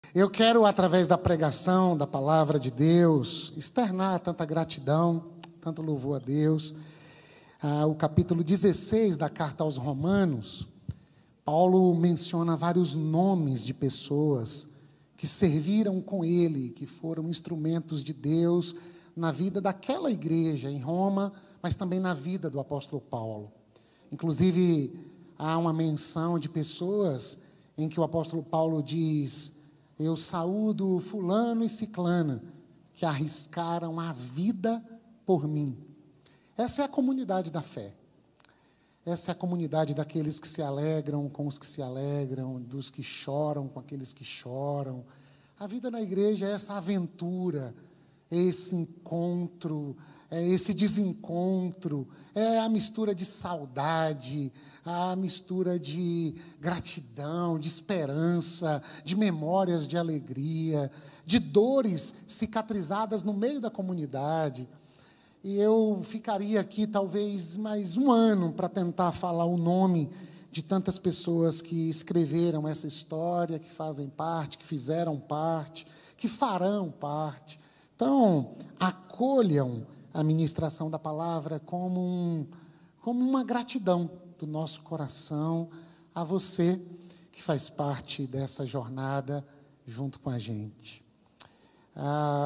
Eu quero, através da pregação da palavra de Deus, externar tanta gratidão, tanto louvor a Deus. O capítulo 16 da carta aos Romanos, Paulo menciona vários nomes de pessoas que serviram com ele, que foram instrumentos de Deus na vida daquela igreja em Roma, mas também na vida do apóstolo Paulo. Inclusive, há uma menção de pessoas em que o apóstolo Paulo diz: eu saúdo fulano e ciclana, que arriscaram a vida por mim. Essa é a comunidade da fé. Essa é a comunidade daqueles que se alegram com os que se alegram, dos que choram com aqueles que choram. A vida na igreja é essa aventura, é esse encontro, é esse desencontro, é a mistura de saudade, a mistura de gratidão, de esperança, de memórias de alegria, de dores cicatrizadas no meio da comunidade. E eu ficaria aqui talvez mais um ano para tentar falar o nome de tantas pessoas que escreveram essa história, que fazem parte, que fizeram parte, que farão parte. Então, acolham a ministração da palavra como uma gratidão do nosso coração a você que faz parte dessa jornada junto com a gente.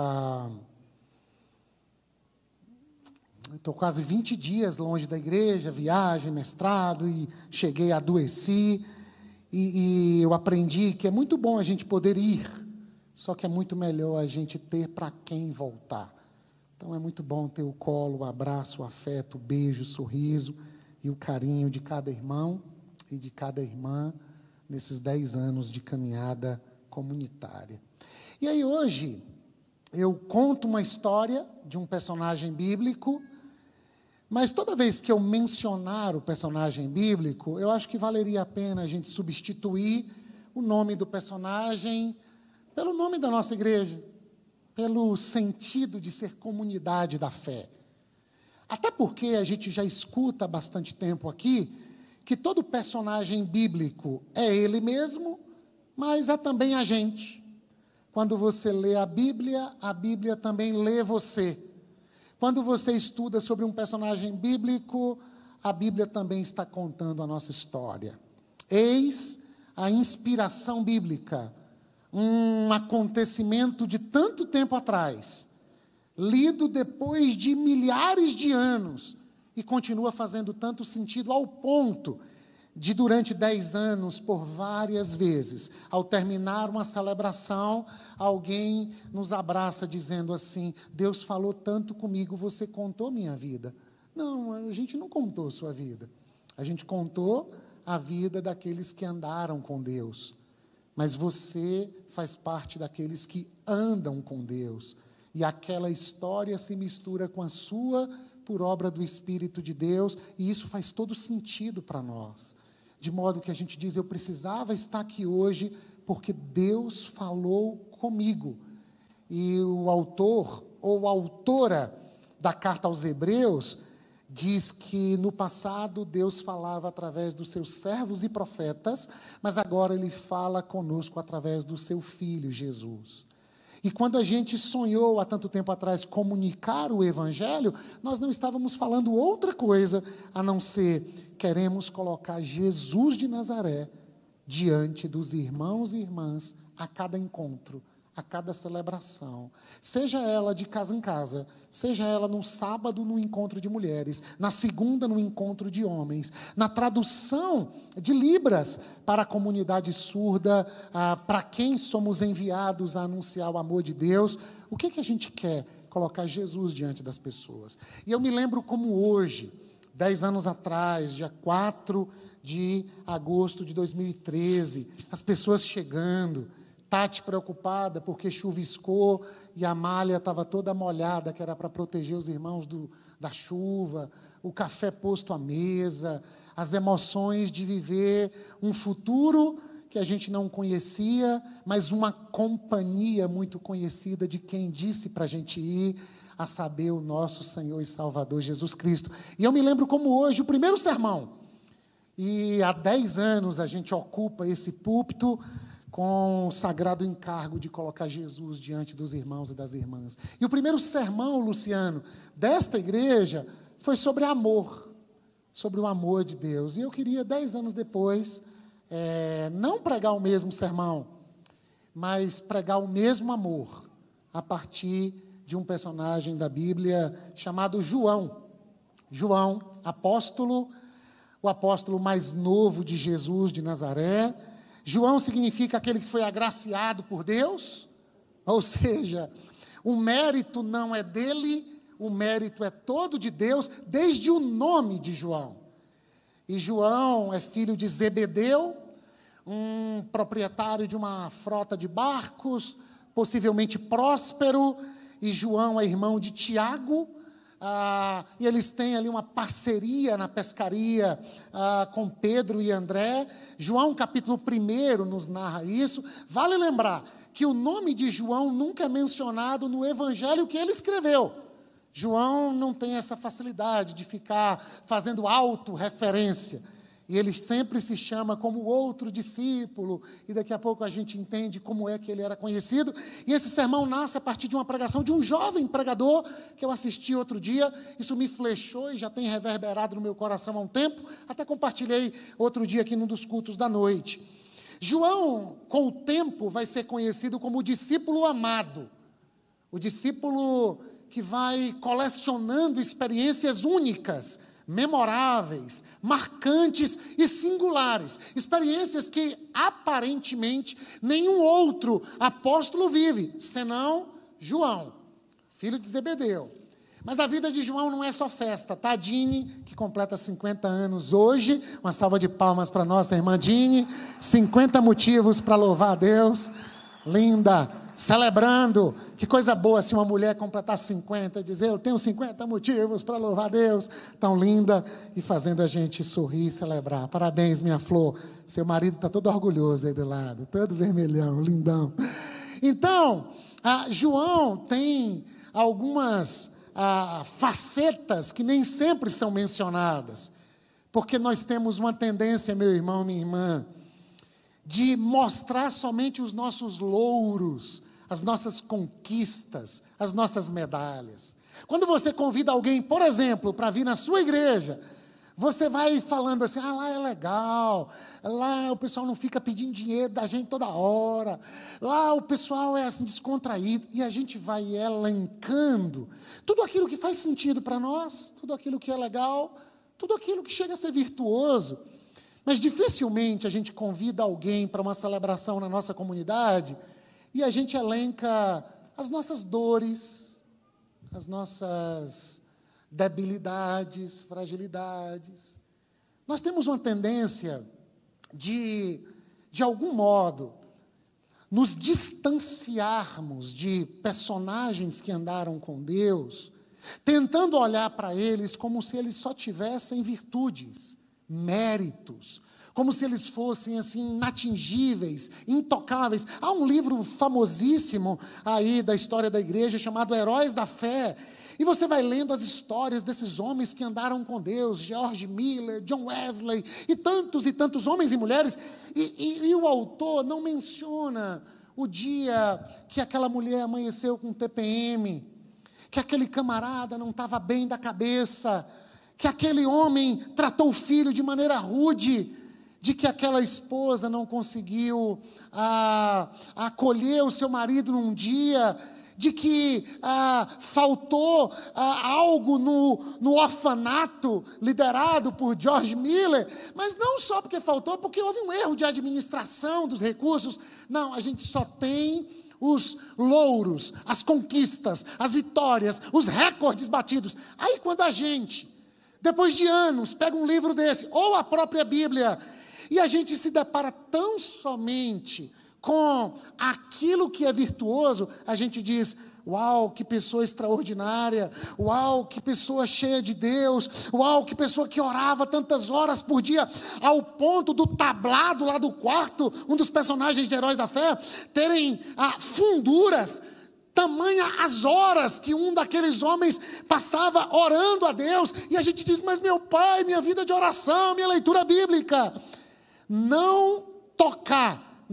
Estou quase 20 dias longe da igreja, viagem, mestrado, e cheguei, adoeci, e eu aprendi que é muito bom a gente poder ir, só que é muito melhor a gente ter para quem voltar. Então é muito bom ter o colo, o abraço, o afeto, o beijo, o sorriso e o carinho de cada irmão e de cada irmã nesses 10 anos de caminhada comunitária. E aí hoje eu conto uma história de um personagem bíblico, mas toda vez que eu mencionar o personagem bíblico, eu acho que valeria a pena a gente substituir o nome do personagem pelo nome da nossa igreja, pelo sentido de ser comunidade da fé. Até porque a gente já escuta há bastante tempo aqui que todo personagem bíblico é ele mesmo, mas é também a gente. Quando você lê a Bíblia também lê você. Quando você estuda sobre um personagem bíblico, a Bíblia também está contando a nossa história. Eis a inspiração bíblica, um acontecimento de tanto tempo atrás, lido depois de milhares de anos, e continua fazendo tanto sentido ao ponto de, durante 10 anos, por várias vezes, ao terminar uma celebração, alguém nos abraça dizendo assim: Deus falou tanto comigo, você contou minha vida. Não, a gente não contou sua vida. A gente contou a vida daqueles que andaram com Deus. Mas você faz parte daqueles que andam com Deus. E aquela história se mistura com a sua por obra do Espírito de Deus, e isso faz todo sentido para nós. De modo que a gente diz: eu precisava estar aqui hoje porque Deus falou comigo. E o autor ou autora da carta aos Hebreus diz que no passado Deus falava através dos seus servos e profetas, mas agora Ele fala conosco através do seu Filho Jesus. E quando a gente sonhou há tanto tempo atrás comunicar o Evangelho, nós não estávamos falando outra coisa a não ser: queremos colocar Jesus de Nazaré diante dos irmãos e irmãs a cada encontro, a cada celebração, seja ela de casa em casa, seja ela no sábado no encontro de mulheres, na segunda no encontro de homens, na tradução de Libras para a comunidade surda, para quem somos enviados a anunciar o amor de Deus. O que a gente quer? Colocar Jesus diante das pessoas. E eu me lembro como hoje, 10 anos atrás, dia 4 de agosto de 2013, as pessoas chegando, Tati preocupada porque chuviscou e a malha estava toda molhada, que era para proteger os irmãos da chuva, o café posto à mesa, as emoções de viver um futuro que a gente não conhecia, mas uma companhia muito conhecida de quem disse para a gente ir, a saber, o nosso Senhor e Salvador Jesus Cristo. E eu me lembro como hoje, o primeiro sermão, e há 10 anos a gente ocupa esse púlpito com o sagrado encargo de colocar Jesus diante dos irmãos e das irmãs. E o primeiro sermão, Luciano, desta igreja foi sobre amor, sobre o amor de Deus. E eu queria, 10 anos depois, não pregar o mesmo sermão, mas pregar o mesmo amor, a partir de um personagem da Bíblia chamado João. João, apóstolo, o apóstolo mais novo de Jesus de Nazaré. João significa aquele que foi agraciado por Deus, ou seja, o mérito não é dele, o mérito é todo de Deus, desde o nome de João. E João é filho de Zebedeu, um proprietário de uma frota de barcos, possivelmente próspero, e João é irmão de Tiago, e eles têm ali uma parceria na pescaria com Pedro e André. João capítulo 1 nos narra isso. Vale lembrar que o nome de João nunca é mencionado no evangelho que ele escreveu. João não tem essa facilidade de ficar fazendo autorreferência. E ele sempre se chama como outro discípulo, e daqui a pouco a gente entende como é que ele era conhecido. E esse sermão nasce a partir de uma pregação de um jovem pregador, que eu assisti outro dia. Isso me flechou e já tem reverberado no meu coração há um tempo, até compartilhei outro dia aqui num dos cultos da noite. João, com o tempo, vai ser conhecido como o discípulo amado, o discípulo que vai colecionando experiências únicas, memoráveis, marcantes e singulares, experiências que aparentemente nenhum outro apóstolo vive, senão João, filho de Zebedeu. Mas a vida de João não é só festa, tá? Dini, que completa 50 anos hoje, uma salva de palmas para nossa irmã Dini, 50 motivos para louvar a Deus, linda, celebrando, que coisa boa se uma mulher completar 50 e dizer, eu tenho 50 motivos para louvar a Deus, tão linda, e fazendo a gente sorrir e celebrar. Parabéns, minha flor, seu marido está todo orgulhoso aí do lado, todo vermelhão, lindão. Então, João tem algumas facetas que nem sempre são mencionadas, porque nós temos uma tendência, meu irmão, minha irmã, de mostrar somente os nossos louros, as nossas conquistas, as nossas medalhas. Quando você convida alguém, por exemplo, para vir na sua igreja, você vai falando assim, lá é legal, lá o pessoal não fica pedindo dinheiro da gente toda hora, lá o pessoal é assim descontraído, e a gente vai elencando tudo aquilo que faz sentido para nós, tudo aquilo que é legal, tudo aquilo que chega a ser virtuoso. Mas dificilmente a gente convida alguém para uma celebração na nossa comunidade e a gente elenca as nossas dores, as nossas debilidades, fragilidades. Nós temos uma tendência de algum modo, nos distanciarmos de personagens que andaram com Deus, tentando olhar para eles como se eles só tivessem virtudes, méritos, como se eles fossem assim inatingíveis, intocáveis. Há um livro famosíssimo aí da história da igreja chamado Heróis da Fé, e você vai lendo as histórias desses homens que andaram com Deus, George Miller, John Wesley e tantos homens e mulheres, e o autor não menciona o dia que aquela mulher amanheceu com TPM, que aquele camarada não estava bem da cabeça, que aquele homem tratou o filho de maneira rude, de que aquela esposa não conseguiu acolher o seu marido num dia, de que faltou algo no orfanato liderado por George Miller, mas não só porque faltou, porque houve um erro de administração dos recursos. Não, a gente só tem os louros, as conquistas, as vitórias, os recordes batidos. Aí quando a gente, depois de anos, pega um livro desse, ou a própria Bíblia, e a gente se depara tão somente com aquilo que é virtuoso, a gente diz, uau, que pessoa extraordinária, uau, que pessoa cheia de Deus, uau, que pessoa que orava tantas horas por dia, ao ponto do tablado lá do quarto, um dos personagens de Heróis da Fé, terem funduras, tamanha as horas que um daqueles homens passava orando a Deus, e a gente diz, mas meu pai, minha vida de oração, minha leitura bíblica, não tocar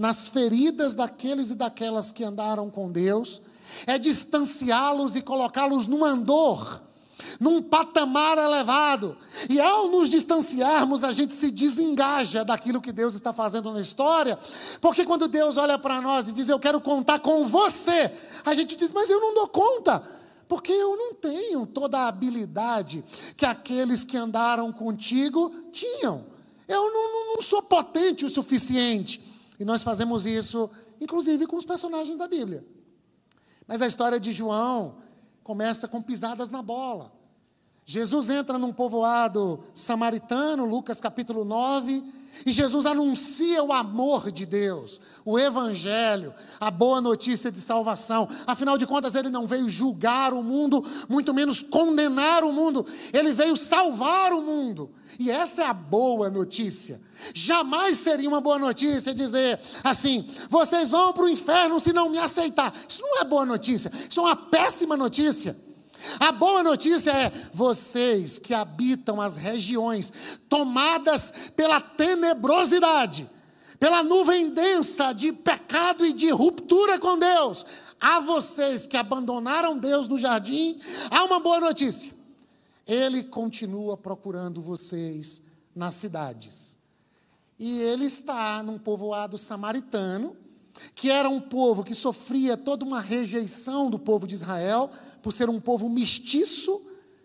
nas feridas daqueles e daquelas que andaram com Deus, é distanciá-los e colocá-los num andor, num patamar elevado. E ao nos distanciarmos, a gente se desengaja daquilo que Deus está fazendo na história, porque quando Deus olha para nós e diz, eu quero contar com você, a gente diz, mas eu não dou conta, porque eu não tenho toda a habilidade que aqueles que andaram contigo tinham. Eu não sou potente o suficiente. E nós fazemos isso, inclusive, com os personagens da Bíblia. Mas a história de João começa com pisadas na bola. Jesus entra num povoado samaritano, Lucas capítulo 9, e Jesus anuncia o amor de Deus, o evangelho, a boa notícia de salvação. Afinal de contas, ele não veio julgar o mundo, muito menos condenar o mundo. Ele veio salvar o mundo. E essa é a boa notícia. Jamais seria uma boa notícia dizer assim, vocês vão para o inferno se não me aceitar. Isso não é boa notícia, isso é uma péssima notícia. A boa notícia é, vocês que habitam as regiões tomadas pela tenebrosidade, pela nuvem densa de pecado e de ruptura com Deus, a vocês que abandonaram Deus no jardim, há uma boa notícia. Ele continua procurando vocês nas cidades. E ele está num povoado samaritano, que era um povo que sofria toda uma rejeição do povo de Israel, por ser um povo mestiço,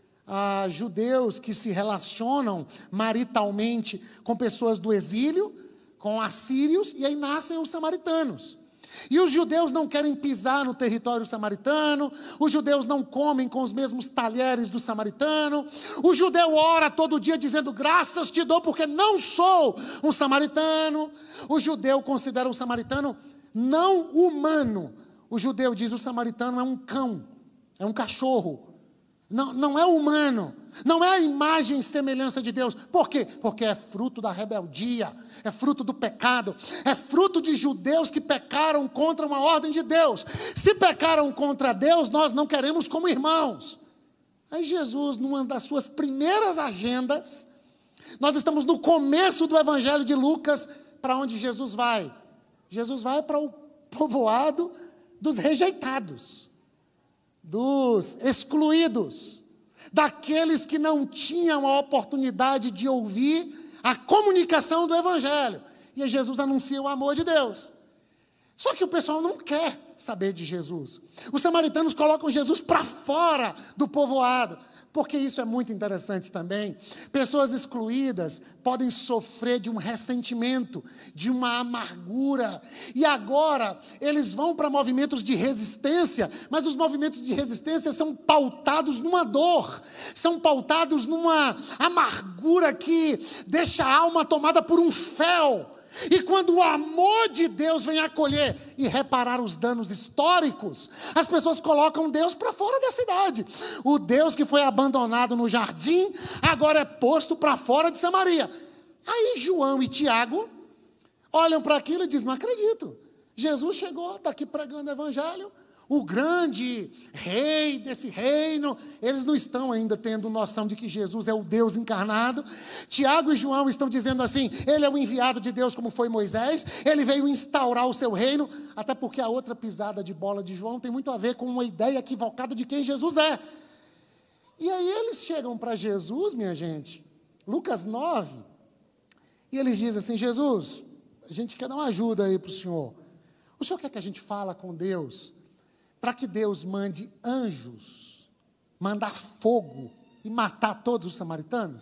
judeus que se relacionam maritalmente com pessoas do exílio, com assírios, e aí nascem os samaritanos. E os judeus não querem pisar no território samaritano, os judeus não comem com os mesmos talheres do samaritano, o judeu ora todo dia dizendo, graças te dou porque não sou um samaritano. O judeu considera o samaritano não humano. O judeu diz, o samaritano é um cão, é um cachorro, não é humano, não é a imagem e semelhança de Deus. Por quê? Porque é fruto da rebeldia, é fruto do pecado, é fruto de judeus que pecaram contra uma ordem de Deus. Se pecaram contra Deus, nós não queremos como irmãos. Aí Jesus, numa das suas primeiras agendas, nós estamos no começo do Evangelho de Lucas, para onde Jesus vai? Jesus vai para o povoado dos rejeitados, dos excluídos, daqueles que não tinham a oportunidade de ouvir a comunicação do Evangelho. E aí Jesus anuncia o amor de Deus. Só que o pessoal não quer saber de Jesus. Os samaritanos colocam Jesus para fora do povoado, porque isso é muito interessante também. Pessoas excluídas podem sofrer de um ressentimento, de uma amargura. E agora eles vão para movimentos de resistência, mas os movimentos de resistência são pautados numa dor, são pautados numa amargura que deixa a alma tomada por um fel. E quando o amor de Deus vem acolher e reparar os danos históricos, as pessoas colocam Deus para fora da cidade. O Deus que foi abandonado no jardim, agora é posto para fora de Samaria. Aí João e Tiago olham para aquilo e dizem, não acredito. Jesus chegou, está aqui pregando o evangelho, o grande rei desse reino. Eles não estão ainda tendo noção de que Jesus é o Deus encarnado. Tiago e João estão dizendo assim, ele é o enviado de Deus como foi Moisés, ele veio instaurar o seu reino, até porque a outra pisada de bola de João tem muito a ver com uma ideia equivocada de quem Jesus é. E aí eles chegam para Jesus, minha gente, Lucas 9, e eles dizem assim, Jesus, a gente quer dar uma ajuda aí para o senhor quer que a gente fala com Deus, para que Deus mande anjos, mandar fogo e matar todos os samaritanos?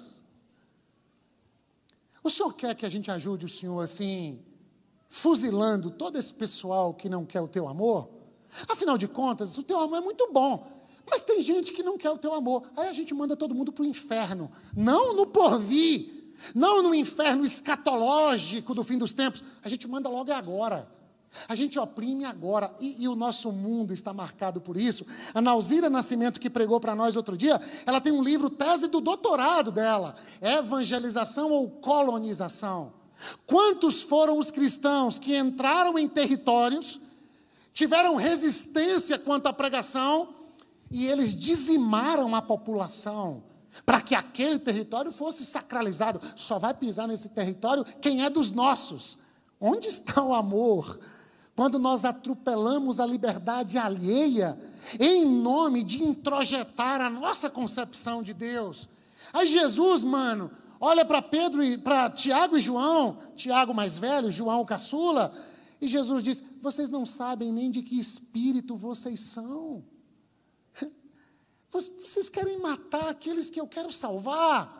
O senhor quer que a gente ajude o senhor assim, fuzilando todo esse pessoal que não quer o teu amor? Afinal de contas, o teu amor é muito bom, mas tem gente que não quer o teu amor. Aí a gente manda todo mundo para o inferno, não no porvir, não no inferno escatológico do fim dos tempos, a gente manda logo agora. A gente oprime agora, e o nosso mundo está marcado por isso. A Nauzira Nascimento, que pregou para nós outro dia, ela tem um livro, tese do doutorado dela, evangelização ou colonização. Quantos foram os cristãos que entraram em territórios, tiveram resistência quanto à pregação, e eles dizimaram a população, para que aquele território fosse sacralizado. Só vai pisar nesse território quem é dos nossos. Onde está o amor quando nós atropelamos a liberdade alheia em nome de introjetar a nossa concepção de Deus? Aí Jesus, mano, olha para Pedro e para Tiago e João, Tiago mais velho, João caçula, e Jesus diz: vocês não sabem nem de que espírito vocês são. Vocês querem matar aqueles que eu quero salvar.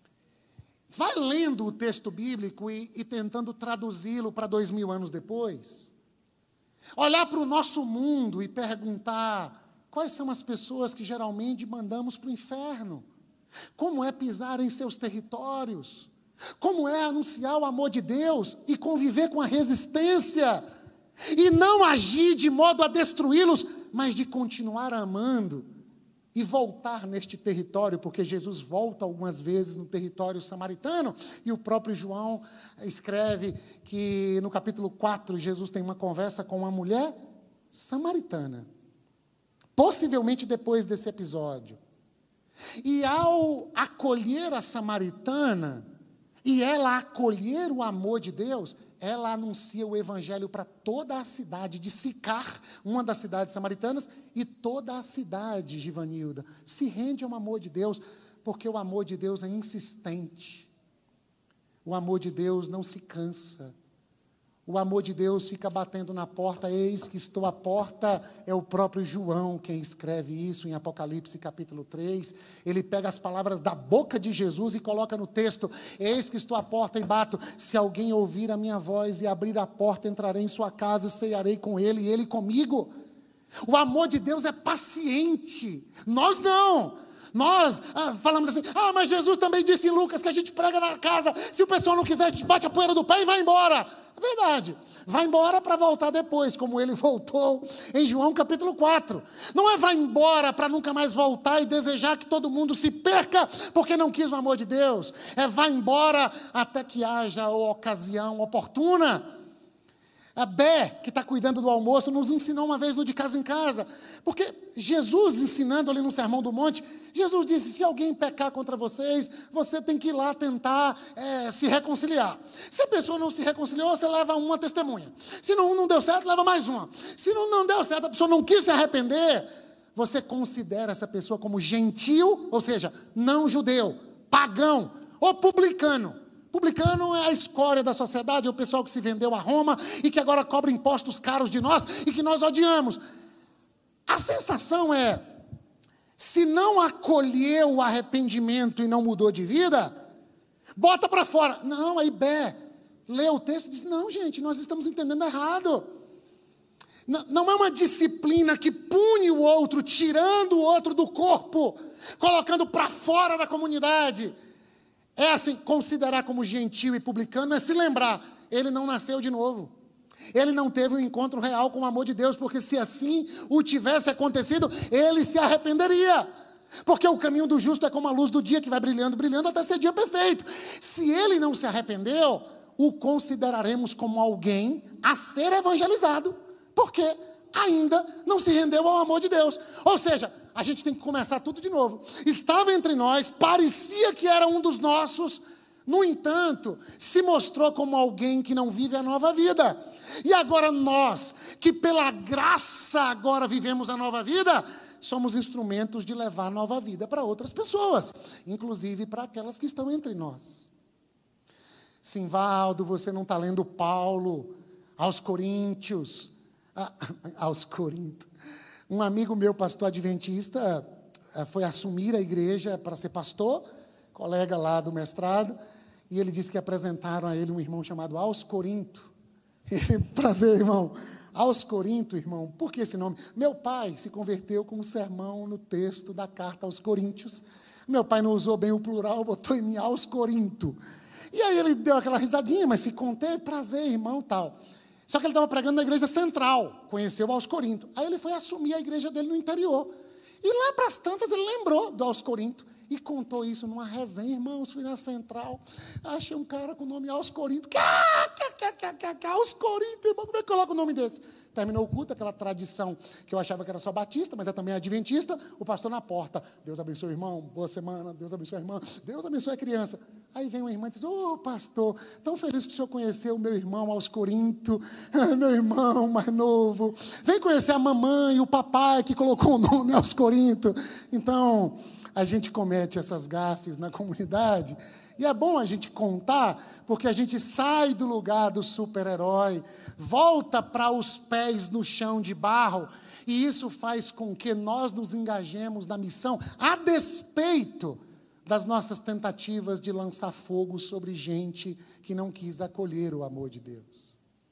Vai lendo o texto bíblico e tentando traduzi-lo para 2000 anos depois. Olhar para o nosso mundo e perguntar quais são as pessoas que geralmente mandamos para o inferno. Como é pisar em seus territórios. Como é anunciar o amor de Deus e conviver com a resistência. E não agir de modo a destruí-los, mas de continuar amando. E voltar neste território, porque Jesus volta algumas vezes no território samaritano, e o próprio João escreve que no capítulo 4, Jesus tem uma conversa com uma mulher samaritana, possivelmente depois desse episódio. E ao acolher a samaritana, e ela acolher o amor de Deus, ela anuncia o evangelho para toda a cidade de Sicar, uma das cidades samaritanas, e toda a cidade, Givanilda, se rende ao amor de Deus, porque o amor de Deus é insistente. O amor de Deus não se cansa. O amor de Deus fica batendo na porta, eis que estou à porta, é o próprio João quem escreve isso em Apocalipse capítulo 3, ele pega as palavras da boca de Jesus e coloca no texto: eis que estou à porta e bato, se alguém ouvir a minha voz e abrir a porta, entrarei em sua casa e cearei com ele e ele comigo. O amor de Deus é paciente, nós não. Nós falamos assim: mas Jesus também disse em Lucas que a gente prega na casa, se o pessoal não quiser, a gente bate a poeira do pé e vai embora. É verdade, vai embora para voltar depois, como ele voltou em João capítulo 4. Não é vai embora para nunca mais voltar e desejar que todo mundo se perca porque não quis o amor de Deus. É vai embora até que haja a ocasião oportuna. A Bé, que está cuidando do almoço, nos ensinou uma vez no De Casa em Casa. Porque Jesus, ensinando ali no Sermão do Monte, Jesus disse: se alguém pecar contra vocês, você tem que ir lá tentar se reconciliar. Se a pessoa não se reconciliou, você leva uma testemunha. Se não deu certo, leva mais uma. Se não deu certo, a pessoa não quis se arrepender, você considera essa pessoa como gentil, ou seja, não judeu, pagão ou publicano. Publicano é a escória da sociedade, é o pessoal que se vendeu a Roma e que agora cobra impostos caros de nós e que nós odiamos. A sensação é: se não acolheu o arrependimento e não mudou de vida, bota para fora. Não, aí Bé lê o texto e diz: não, gente, nós estamos entendendo errado. Não é uma disciplina que pune o outro, tirando o outro do corpo, colocando para fora da comunidade. É assim, considerar como gentil e publicano é se lembrar: ele não nasceu de novo. Ele não teve um encontro real com o amor de Deus, porque se assim o tivesse acontecido, ele se arrependeria. Porque o caminho do justo é como a luz do dia que vai brilhando, brilhando até ser dia perfeito. Se ele não se arrependeu, o consideraremos como alguém a ser evangelizado, porque ainda não se rendeu ao amor de Deus. Ou seja, a gente tem que começar tudo de novo. Estava entre nós, parecia que era um dos nossos, no entanto, se mostrou como alguém que não vive a nova vida. E agora nós, que pela graça agora vivemos a nova vida, somos instrumentos de levar a nova vida para outras pessoas, inclusive para aquelas que estão entre nós. Simvaldo, você não está lendo Paulo aos Coríntios. Aos Coríntios. Um amigo meu, pastor adventista, foi assumir a igreja para ser pastor, colega lá do mestrado, e ele disse que apresentaram a ele um irmão chamado Aos Corinto. Prazer, irmão. Aos Corinto, irmão. Por que esse nome? Meu pai se converteu com um sermão no texto da carta aos Coríntios. Meu pai não usou bem o plural, botou em mim Aos Corinto. E aí ele deu aquela risadinha, mas se conteve, prazer, irmão, tal. Só que ele estava pregando na igreja central, conheceu Aos Corinto. Aí ele foi assumir a igreja dele no interior. E lá para as tantas ele lembrou do Aos Corinto e contou isso numa resenha. Irmãos, fui na central, achei um cara com o nome Aos Corinto. Aos Corinto, irmão, como é que coloca o nome desse? Terminou o culto, aquela tradição que eu achava que era só batista, mas é também adventista, o pastor na porta. Deus abençoe o irmão, boa semana, Deus abençoe a irmã, Deus abençoe a criança. Aí vem uma irmã e diz: ô pastor, tão feliz que o senhor conheceu o meu irmão aos Corinto, meu irmão mais novo. Vem conhecer a mamãe e o papai que colocou o nome aos Corinto. Então, a gente comete essas gafes na comunidade. E é bom a gente contar, porque a gente sai do lugar do super-herói, volta para os pés no chão de barro, e isso faz com que nós nos engajemos na missão, a despeito das nossas tentativas de lançar fogo sobre gente que não quis acolher o amor de Deus.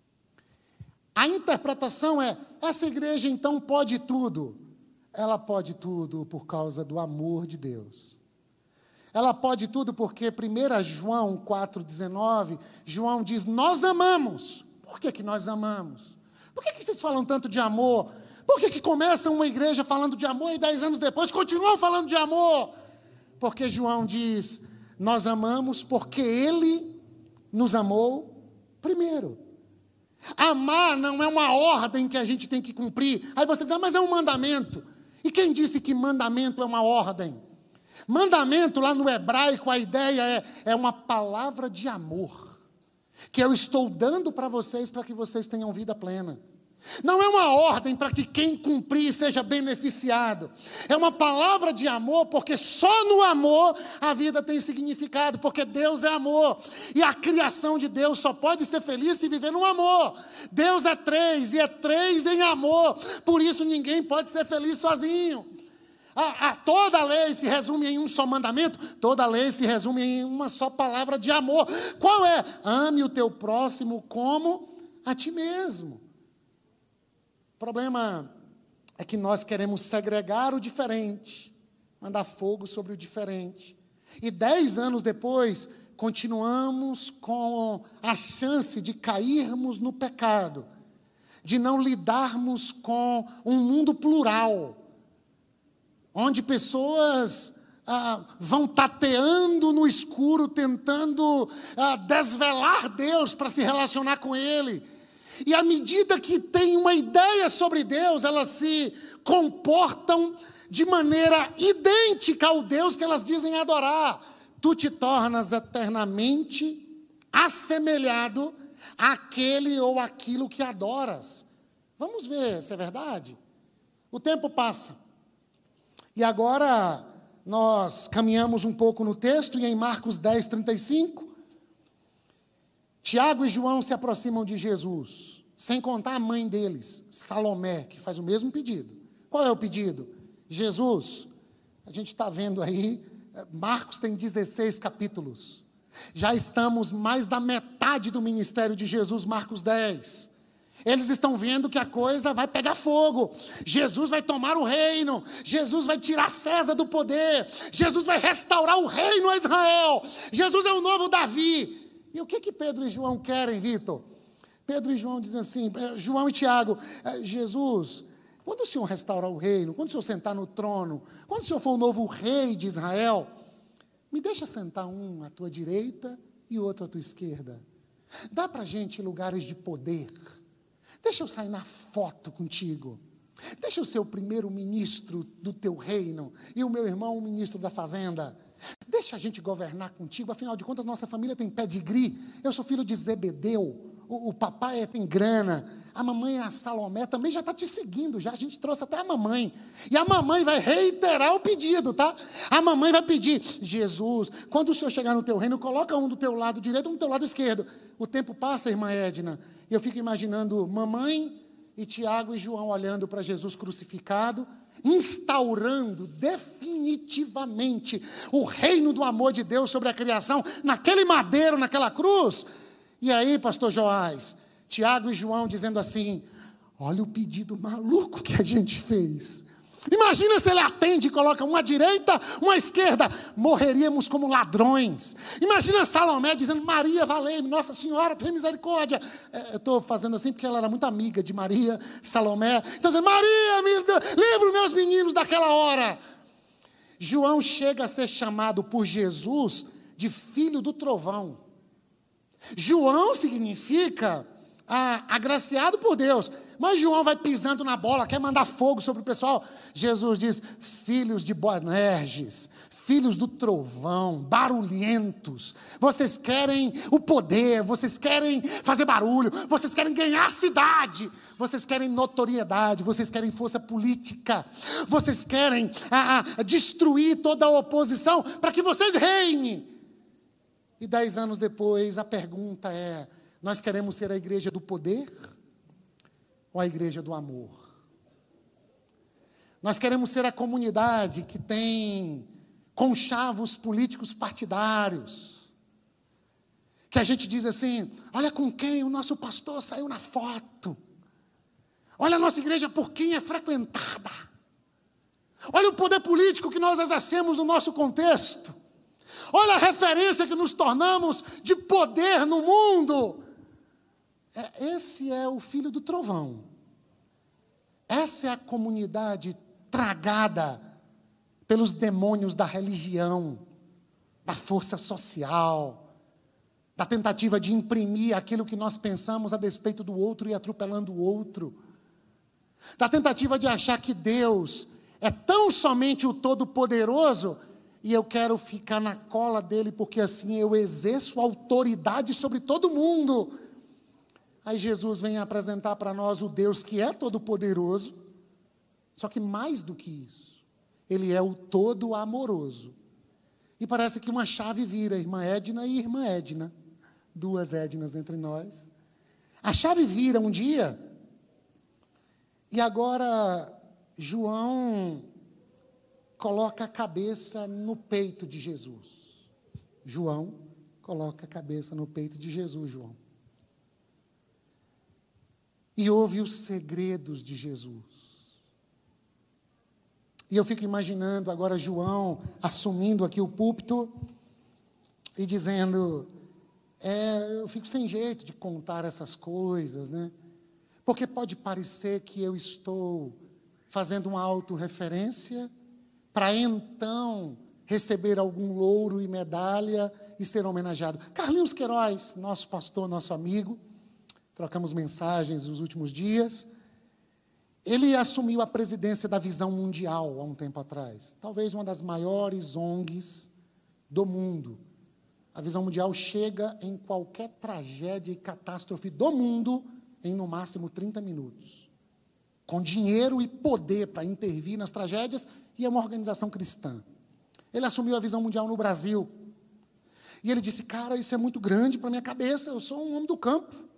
A interpretação é: essa igreja então pode tudo. Ela pode tudo por causa do amor de Deus. Ela pode tudo porque 1 João 4,19, João diz: nós amamos. Por que nós amamos? Por que vocês falam tanto de amor? Por que começam uma igreja falando de amor e 10 anos depois continuam falando de amor? Porque João diz: nós amamos porque Ele nos amou primeiro. Amar não é uma ordem que a gente tem que cumprir. Aí você diz: mas é um mandamento. E quem disse que mandamento é uma ordem? Mandamento, lá no hebraico, a ideia é uma palavra de amor, que eu estou dando para vocês, para que vocês tenham vida plena. Não é uma ordem para que quem cumprir seja beneficiado. É uma palavra de amor, porque só no amor a vida tem significado, porque Deus é amor. E a criação de Deus só pode ser feliz se viver no amor. Deus é 3 e é 3 em amor. Por isso ninguém pode ser feliz sozinho. Toda a lei se resume em um só mandamento. Toda a lei se resume em uma só palavra de amor. Qual é? Ame o teu próximo como a ti mesmo. O problema é que nós queremos segregar o diferente, mandar fogo sobre o diferente. E 10 anos depois, continuamos com a chance de cairmos no pecado, de não lidarmos com um mundo plural, onde pessoas vão tateando no escuro, tentando desvelar Deus para se relacionar com Ele. E à medida que tem uma ideia sobre Deus, elas se comportam de maneira idêntica ao Deus que elas dizem adorar. Tu te tornas eternamente assemelhado àquele ou àquilo que adoras. Vamos ver se é verdade. O tempo passa. E agora nós caminhamos um pouco no texto, e em Marcos 10, 35, Tiago e João se aproximam de Jesus, sem contar a mãe deles, Salomé, que faz o mesmo pedido. Qual é o pedido? Jesus, a gente está vendo aí, Marcos tem 16 capítulos. Já estamos mais da metade do ministério de Jesus, Marcos 10. Eles estão vendo que a coisa vai pegar fogo. Jesus vai tomar o reino. Jesus vai tirar César do poder. Jesus vai restaurar o reino a Israel. Jesus é o novo Davi. E o que Pedro e João querem, Vitor? Pedro e João dizem assim, João e Tiago: Jesus, quando o Senhor restaurar o reino, quando o Senhor sentar no trono, quando o Senhor for o novo rei de Israel, me deixa sentar um à tua direita e outro à tua esquerda. Dá para a gente lugares de poder. Deixa eu sair na foto contigo. Deixa eu ser o primeiro-ministro do teu reino e o meu irmão o ministro da fazenda. Deixa a gente governar contigo. Afinal de contas, nossa família tem pedigree. Eu sou filho de Zebedeu. O papai tem grana. A mamãe, a Salomé, também já está te seguindo. Já a gente trouxe até a mamãe. E a mamãe vai reiterar o pedido, tá? A mamãe vai pedir: Jesus, quando o Senhor chegar no teu reino, coloca um do teu lado direito, um do teu lado esquerdo. O tempo passa, irmã Edna, e eu fico imaginando mamãe e Tiago e João olhando para Jesus crucificado, instaurando definitivamente o reino do amor de Deus sobre a criação, naquele madeiro, naquela cruz. E aí, pastor Joás, Tiago e João dizendo assim: olha o pedido maluco que a gente fez. Imagina se ele atende e coloca uma à direita, uma à esquerda. Morreríamos como ladrões. Imagina Salomé dizendo: Maria, valei-me, Nossa Senhora, tem misericórdia. Eu estou fazendo assim porque ela era muito amiga de Maria, Salomé. Então, dizendo: Maria, livra os meus meninos daquela hora. João chega a ser chamado por Jesus de filho do trovão. João significa agraciado por Deus, mas João vai pisando na bola, quer mandar fogo sobre o pessoal. Jesus diz: filhos de Boanerges, filhos do trovão, barulhentos. Vocês querem o poder, vocês querem fazer barulho, vocês querem ganhar a cidade, vocês querem notoriedade, vocês querem força política, vocês querem destruir toda a oposição para que vocês reinem. E 10 anos depois, a pergunta é: nós queremos ser a igreja do poder ou a igreja do amor? Nós queremos ser a comunidade que tem conchavos políticos partidários, que a gente diz assim: olha com quem o nosso pastor saiu na foto, olha a nossa igreja por quem é frequentada, olha o poder político que nós exercemos no nosso contexto, olha a referência que nos tornamos de poder no mundo. Esse é o filho do trovão. Essa é a comunidade tragada pelos demônios da religião, da força social, da tentativa de imprimir aquilo que nós pensamos a despeito do outro e atropelando o outro, da tentativa de achar que Deus é tão somente o Todo-Poderoso e eu quero ficar na cola dele porque assim eu exerço autoridade sobre todo mundo. Aí Jesus vem apresentar para nós o Deus que é todo-poderoso, só que mais do que isso, Ele é o todo-amoroso. E parece que uma chave vira, irmã Edna e irmã Edna, 2 Ednas entre nós. A chave vira um dia, e agora João coloca a cabeça no peito de Jesus. João coloca a cabeça no peito de Jesus, João. E ouve os segredos de Jesus. E eu fico imaginando agora João assumindo aqui o púlpito e dizendo: eu fico sem jeito de contar essas coisas, né? Porque pode parecer que eu estou fazendo uma autorreferência para então receber algum louro e medalha e ser homenageado. Carlinhos Queiroz, nosso pastor, nosso amigo, trocamos mensagens nos últimos dias. Ele assumiu a presidência da Visão Mundial há um tempo atrás. Talvez uma das maiores ONGs do mundo. A Visão Mundial chega em qualquer tragédia e catástrofe do mundo em, no máximo, 30 minutos. Com dinheiro e poder para intervir nas tragédias, e é uma organização cristã. Ele assumiu a Visão Mundial no Brasil. E ele disse: cara, isso é muito grande para a minha cabeça, eu sou um homem do campo.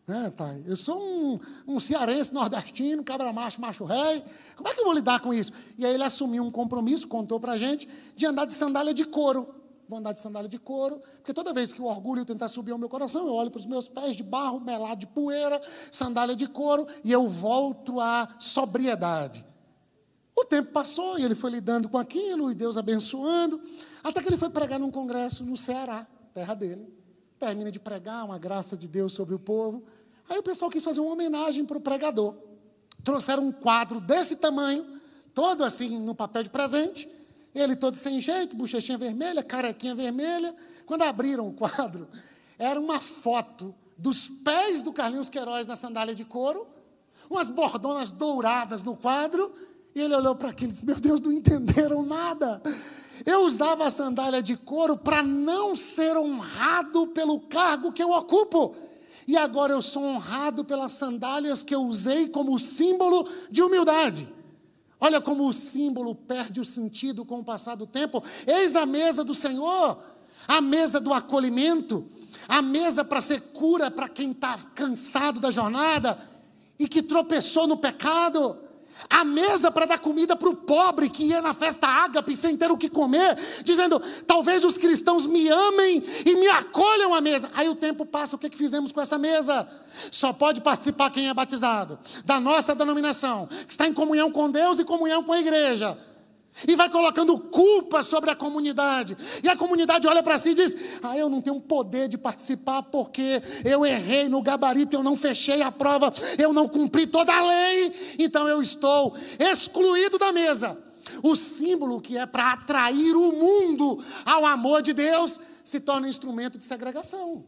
Eu sou um cearense nordestino, cabra macho, macho rei. Como é que eu vou lidar com isso? E aí ele assumiu um compromisso, contou para a gente, de andar de sandália de couro. Vou andar de sandália de couro, porque toda vez que o orgulho tentar subir ao meu coração, eu olho para os meus pés de barro, melado de poeira, sandália de couro, e eu volto à sobriedade. O tempo passou, e ele foi lidando com aquilo, e Deus abençoando, até que ele foi pregar num congresso no Ceará, terra dele. Termina de pregar uma graça de Deus sobre o povo. Aí o pessoal quis fazer uma homenagem para o pregador. Trouxeram um quadro desse tamanho, todo assim no papel de presente, ele todo sem jeito, bochechinha vermelha, carequinha vermelha. Quando abriram o quadro, era uma foto dos pés do Carlinhos Queiroz na sandália de couro, umas bordonas douradas no quadro, e ele olhou para aquilo e disse: meu Deus, não entenderam nada. Eu usava a sandália de couro para não ser honrado pelo cargo que eu ocupo. E agora eu sou honrado pelas sandálias que eu usei como símbolo de humildade. Olha como o símbolo perde o sentido com o passar do tempo. Eis a mesa do Senhor, a mesa do acolhimento, a mesa para ser cura para quem está cansado da jornada e que tropeçou no pecado. A mesa para dar comida para o pobre que ia na festa ágape sem ter o que comer, dizendo: talvez os cristãos me amem e me acolham à mesa. Aí o tempo passa, o que fizemos com essa mesa? Só pode participar quem é batizado, da nossa denominação, que está em comunhão com Deus e comunhão com a igreja. E vai colocando culpa sobre a comunidade. E a comunidade olha para si e diz: eu não tenho poder de participar porque eu errei no gabarito, eu não fechei a prova, eu não cumpri toda a lei, então eu estou excluído da mesa. O símbolo que é para atrair o mundo ao amor de Deus se torna um instrumento de segregação.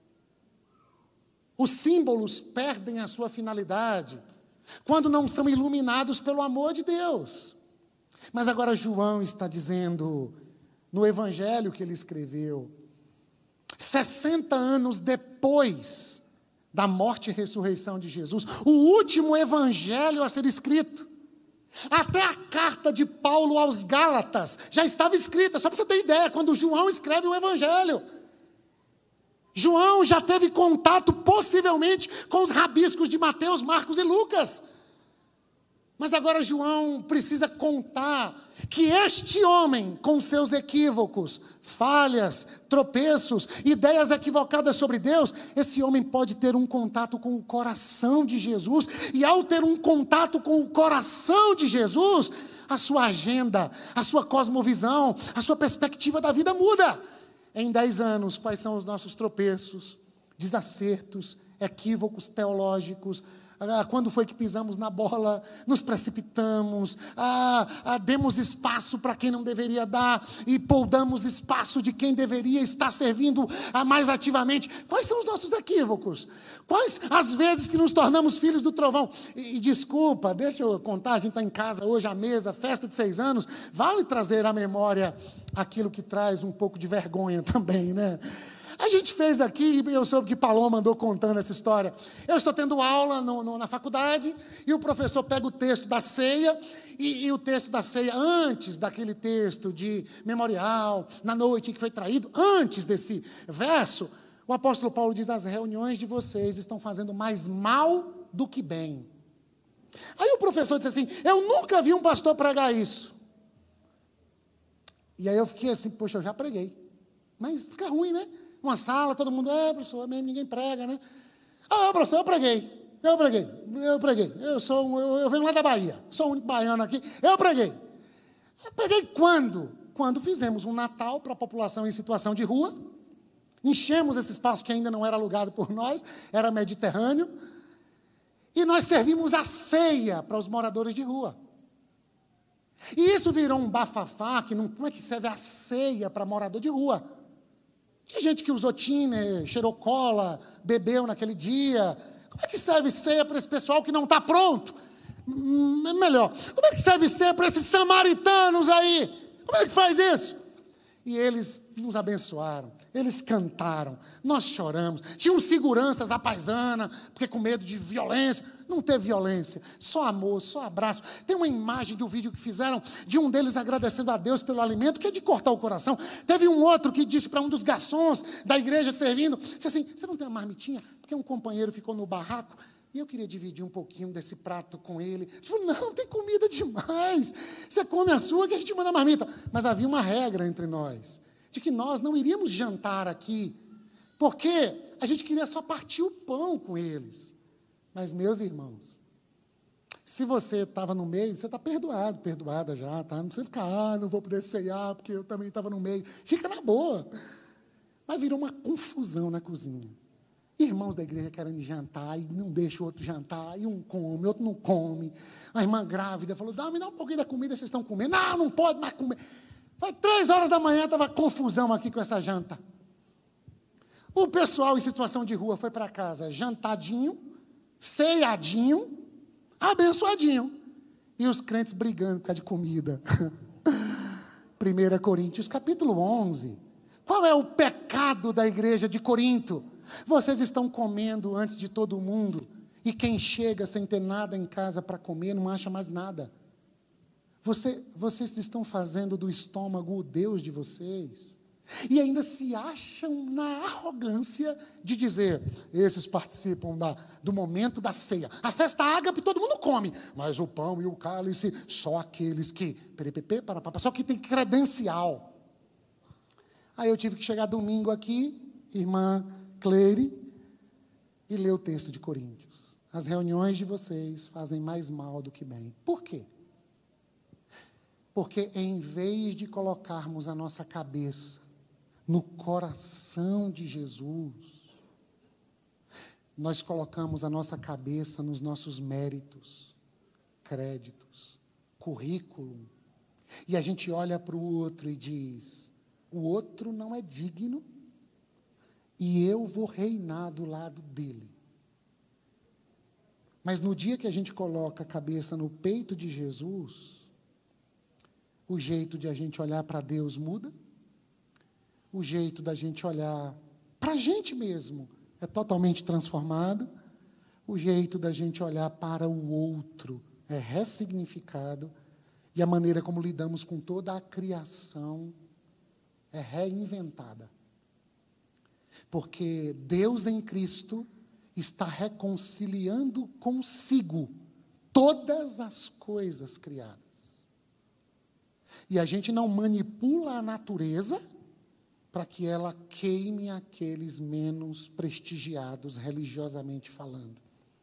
Os símbolos perdem a sua finalidade quando não são iluminados pelo amor de Deus. Mas agora João está dizendo: no evangelho que ele escreveu, 60 anos depois da morte e ressurreição de Jesus, o último evangelho a ser escrito. Até a carta de Paulo aos Gálatas já estava escrita, só para você ter ideia, quando João escreve o evangelho. João já teve contato, possivelmente, com os rabiscos de Mateus, Marcos e Lucas. Mas agora João precisa contar que este homem, com seus equívocos, falhas, tropeços, ideias equivocadas sobre Deus, esse homem pode ter um contato com o coração de Jesus, e ao ter um contato com o coração de Jesus, a sua agenda, a sua cosmovisão, a sua perspectiva da vida muda. Em 10 anos, quais são os nossos tropeços, desacertos, equívocos teológicos? Quando foi que pisamos na bola, nos precipitamos, demos espaço para quem não deveria dar, e poldamos espaço de quem deveria estar servindo mais ativamente. Quais são os nossos equívocos? Quais as vezes que nos tornamos filhos do trovão? E desculpa, deixa eu contar, a gente está em casa hoje à mesa, festa de 6 anos, vale trazer à memória aquilo que traz um pouco de vergonha também, né? A gente fez aqui, eu soube que Paloma andou contando essa história. Eu estou tendo aula na faculdade, e o professor pega o texto da ceia, e o texto da ceia, antes daquele texto de memorial, na noite em que foi traído, antes desse verso, o apóstolo Paulo diz: as reuniões de vocês estão fazendo mais mal do que bem. Aí o professor disse assim: eu nunca vi um pastor pregar isso. E aí eu fiquei assim: poxa, eu já preguei. Mas fica ruim, né? Uma sala, todo mundo, professor, mesmo ninguém prega, né? Professor, eu preguei. Eu venho lá da Bahia, sou o único baiano aqui. Eu preguei quando? Quando fizemos um Natal para a população em situação de rua, enchemos esse espaço que ainda não era alugado por nós, era mediterrâneo, e nós servimos a ceia para os moradores de rua. E isso virou um bafafá, que não, como é que serve a ceia para morador de rua? Tinha gente que usou tiner, cheirou cola, bebeu naquele dia. Como é que serve ceia para esse pessoal que não está pronto? Melhor, como é que serve ceia para esses samaritanos aí? Como é que faz isso? E eles nos abençoaram, eles cantaram, nós choramos. Tinham seguranças à paisana, porque com medo de violência. Não teve violência, só amor, só abraço. Tem uma imagem de um vídeo que fizeram de um deles agradecendo a Deus pelo alimento, que é de cortar o coração. Teve um outro que disse para um dos garçons da igreja servindo, disse assim: você não tem uma marmitinha? Porque um companheiro ficou no barraco e eu queria dividir um pouquinho desse prato com ele. Ele falou: não, tem comida demais. Você come a sua que a gente manda a marmita. Mas havia uma regra entre nós, de que nós não iríamos jantar aqui, porque a gente queria só partir o pão com eles. Mas, meus irmãos, se você estava no meio, você está perdoado, perdoada já, tá? Não precisa ficar: não vou poder ceiar, porque eu também estava no meio. Fica na boa. Mas virou uma confusão na cozinha. Irmãos da igreja querendo jantar, e não deixa o outro jantar, e um come, o outro não come. A irmã grávida falou: me dá um pouquinho da comida que vocês estão comendo. Não pode mais comer. Foi 3 horas da manhã, estava confusão aqui com essa janta. O pessoal em situação de rua foi para casa jantadinho, ceiadinho, abençoadinho. E os crentes brigando por causa de comida. 1 Coríntios, capítulo 11. Qual é o pecado da igreja de Corinto? Vocês estão comendo antes de todo mundo, e quem chega sem ter nada em casa para comer não acha mais nada. Vocês estão fazendo do estômago o Deus de vocês, e ainda se acham na arrogância de dizer: esses participam do momento da ceia. A festa ágape todo mundo come, mas o pão e o cálice, só aqueles que... Só que tem credencial. Aí eu tive que chegar domingo aqui, irmã Cleire, e ler o texto de Coríntios. As reuniões de vocês fazem mais mal do que bem. Por quê? Porque em vez de colocarmos a nossa cabeça no coração de Jesus, nós colocamos a nossa cabeça nos nossos méritos, créditos, currículo, e a gente olha para o outro e diz: o outro não é digno, e eu vou reinar do lado dele. Mas no dia que a gente coloca a cabeça no peito de Jesus, o jeito de a gente olhar para Deus muda, o jeito da gente olhar para a gente mesmo é totalmente transformado, o jeito da gente olhar para o outro é ressignificado, e a maneira como lidamos com toda a criação é reinventada. Porque Deus em Cristo está reconciliando consigo todas as coisas criadas. E a gente não manipula a natureza para que ela queime aqueles menos prestigiados religiosamente falando.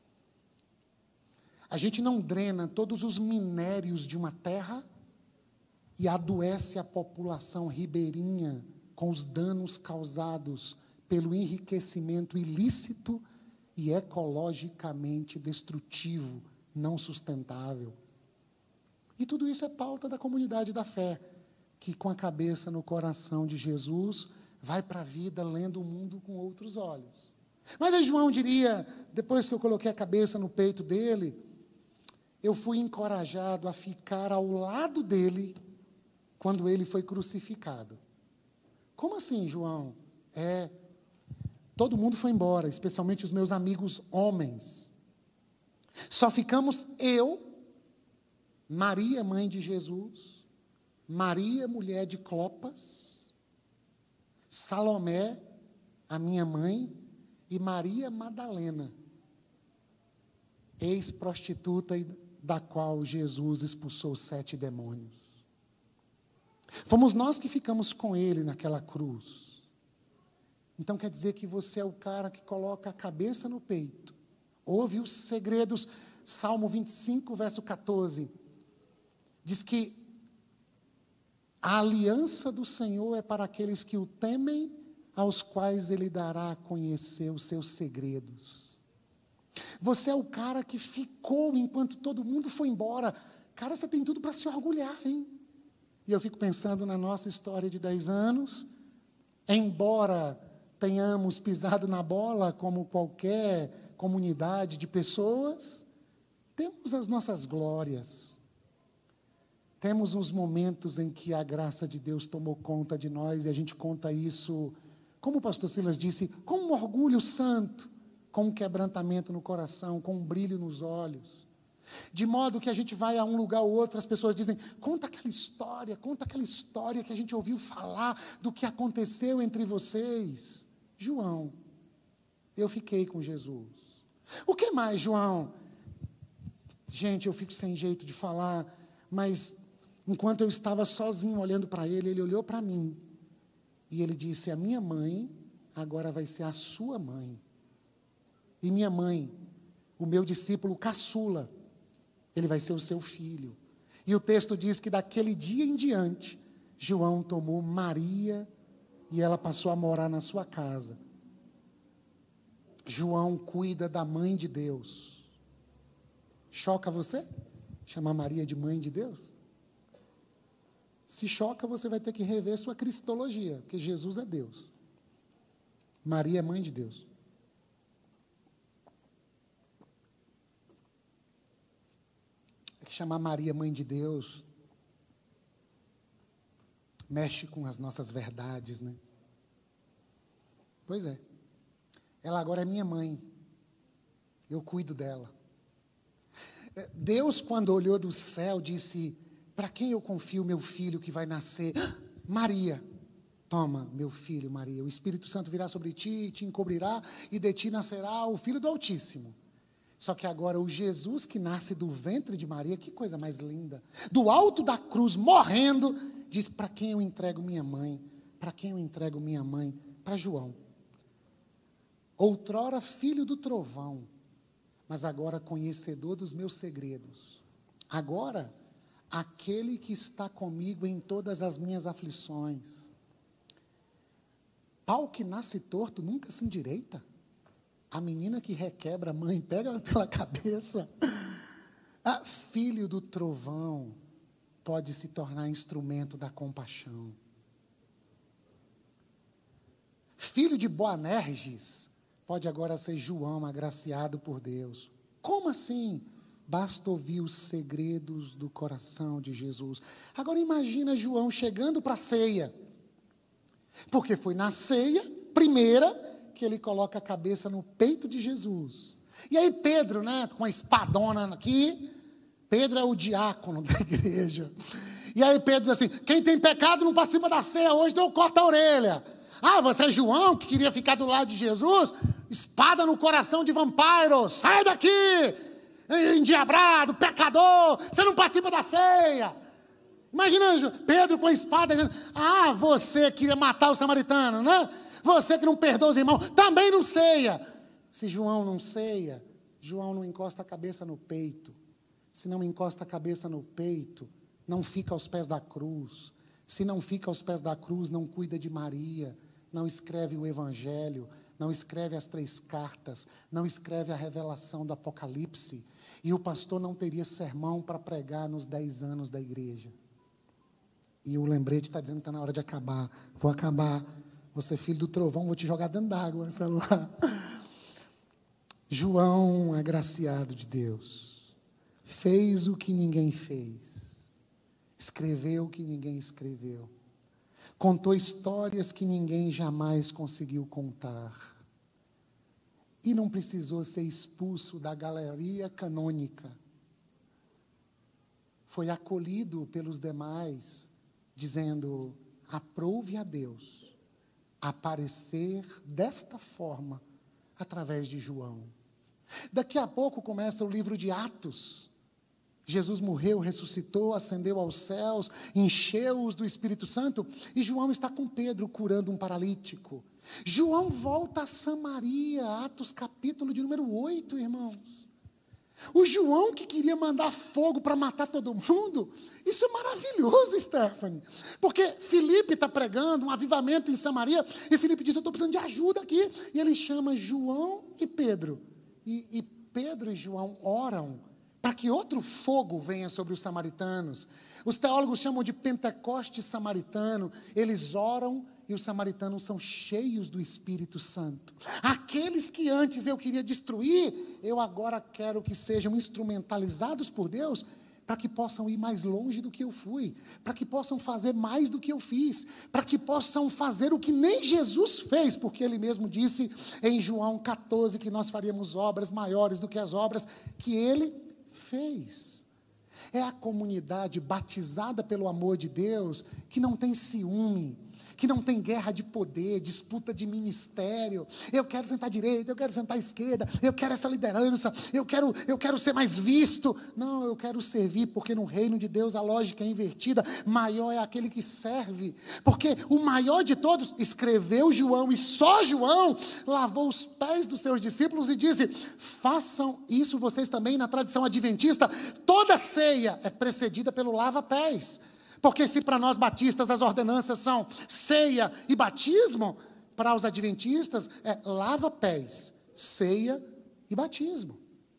A gente não drena todos os minérios de uma terra e adoece a população ribeirinha com os danos causados pelo enriquecimento ilícito e ecologicamente destrutivo, não sustentável. E tudo isso é pauta da comunidade da fé, que com a cabeça no coração de Jesus, vai para a vida lendo o mundo com outros olhos. Mas aí João diria, depois que eu coloquei a cabeça no peito dele, eu fui encorajado a ficar ao lado dele quando ele foi crucificado. Como assim, João? Todo mundo foi embora, especialmente os meus amigos homens. Só ficamos eu, Maria, mãe de Jesus, Maria, mulher de Clopas, Salomé, a minha mãe, e Maria Madalena, ex-prostituta da qual Jesus expulsou 7 demônios. Fomos nós que ficamos com ele naquela cruz. Então quer dizer que você é o cara que coloca a cabeça no peito, ouve os segredos. Salmo 25, verso 14, diz que a aliança do Senhor é para aqueles que o temem, aos quais ele dará a conhecer os seus segredos. Você é o cara que ficou enquanto todo mundo foi embora. Cara, você tem tudo para se orgulhar, hein? E eu fico pensando na nossa história de 10 anos, embora tenhamos pisado na bola como qualquer comunidade de pessoas, temos as nossas glórias. Temos uns momentos em que a graça de Deus tomou conta de nós e a gente conta isso, como o pastor Silas disse, com um orgulho santo, com um quebrantamento no coração, com um brilho nos olhos. De modo que a gente vai a um lugar ou outro, as pessoas dizem, conta aquela história que a gente ouviu falar do que aconteceu entre vocês. João, eu fiquei com Jesus. O que mais, João? Gente, eu fico sem jeito de falar, mas enquanto eu estava sozinho olhando para ele, ele olhou para mim e ele disse, a minha mãe agora vai ser a sua mãe. E minha mãe, o meu discípulo caçula, ele vai ser o seu filho. E o texto diz que daquele dia em diante, João tomou Maria e ela passou a morar na sua casa. João cuida da mãe de Deus. Choca você? Chamar Maria de mãe de Deus? Se choca, você vai ter que rever sua cristologia, porque Jesus é Deus. Maria é mãe de Deus. É que chamar Maria mãe de Deus mexe com as nossas verdades, né? Pois é. Ela agora é minha mãe. Eu cuido dela. Deus, quando olhou do céu, disse, para quem eu confio meu filho que vai nascer? Maria. Toma, meu filho, Maria. O Espírito Santo virá sobre ti, te encobrirá, e de ti nascerá o Filho do Altíssimo. Só que agora o Jesus que nasce do ventre de Maria, que coisa mais linda. Do alto da cruz, morrendo, diz, para quem eu entrego minha mãe? Para quem eu entrego minha mãe? Para João. Outrora filho do trovão, mas agora conhecedor dos meus segredos. Agora, aquele que está comigo em todas as minhas aflições. Pau que nasce torto nunca se endireita. A menina que requebra a mãe, pega ela pela cabeça. Filho do trovão pode se tornar instrumento da compaixão. Filho de Boanerges pode agora ser João, agraciado por Deus. Como assim? Basta ouvir os segredos do coração de Jesus. Agora imagina João chegando para a ceia. Porque foi na ceia, primeira, que ele coloca a cabeça no peito de Jesus. E aí Pedro, né, com a espadona aqui, Pedro é o diácono da igreja. E aí Pedro diz assim, quem tem pecado não participa da ceia hoje, não corta a orelha. Ah, você é João, que queria ficar do lado de Jesus? Espada no coração de vampiro, sai daqui, endiabrado, pecador, você não participa da ceia. Imagina Pedro com a espada, dizendo, ah, você queria matar o samaritano, né? Você que não perdoa os irmãos, também não ceia. Se João não ceia, João não encosta a cabeça no peito. Se não encosta a cabeça no peito, não fica aos pés da cruz. Se não fica aos pés da cruz, não cuida de Maria, não escreve o Evangelho, não escreve as 3 cartas, não escreve a revelação do Apocalipse. E o pastor não teria sermão para pregar nos 10 anos da igreja. E o lembrete está dizendo que está na hora de acabar. Vou acabar. Você, filho do trovão, vou te jogar dentro d'água, celular. João, agraciado de Deus, fez o que ninguém fez, escreveu o que ninguém escreveu, contou histórias que ninguém jamais conseguiu contar, e não precisou ser expulso da galeria canônica, foi acolhido pelos demais, dizendo, aprove a Deus aparecer desta forma, através de João. Daqui a pouco começa o livro de Atos. Jesus morreu, ressuscitou, ascendeu aos céus, encheu-os do Espírito Santo, e João está com Pedro curando um paralítico. João volta a Samaria, Atos capítulo de número 8, irmãos. O João que queria mandar fogo para matar todo mundo, isso é maravilhoso, Stephanie. Porque Filipe está pregando um avivamento em Samaria, e Filipe diz, eu estou precisando de ajuda aqui. E ele chama João e Pedro. E Pedro e João oram para que outro fogo venha sobre os samaritanos. Os teólogos chamam de Pentecoste samaritano. Eles oram e os samaritanos são cheios do Espírito Santo. Aqueles que antes eu queria destruir, eu agora quero que sejam instrumentalizados por Deus, para que possam ir mais longe do que eu fui, para que possam fazer mais do que eu fiz, para que possam fazer o que nem Jesus fez, porque ele mesmo disse em João 14 que nós faríamos obras maiores do que as obras que ele fez. É a comunidade batizada pelo amor de Deus que não tem ciúme, que não tem guerra de poder, disputa de ministério. Eu quero sentar à direita, eu quero sentar à esquerda, eu quero essa liderança, eu quero ser mais visto. Não, eu quero servir, porque no reino de Deus a lógica é invertida. Maior é aquele que serve, porque o maior de todos escreveu João, e só João lavou os pés dos seus discípulos e disse, façam isso vocês também. Na tradição adventista, toda ceia é precedida pelo lava-pés. Porque se para nós batistas as ordenanças são ceia e batismo, para os adventistas é lava-pés, ceia e batismo.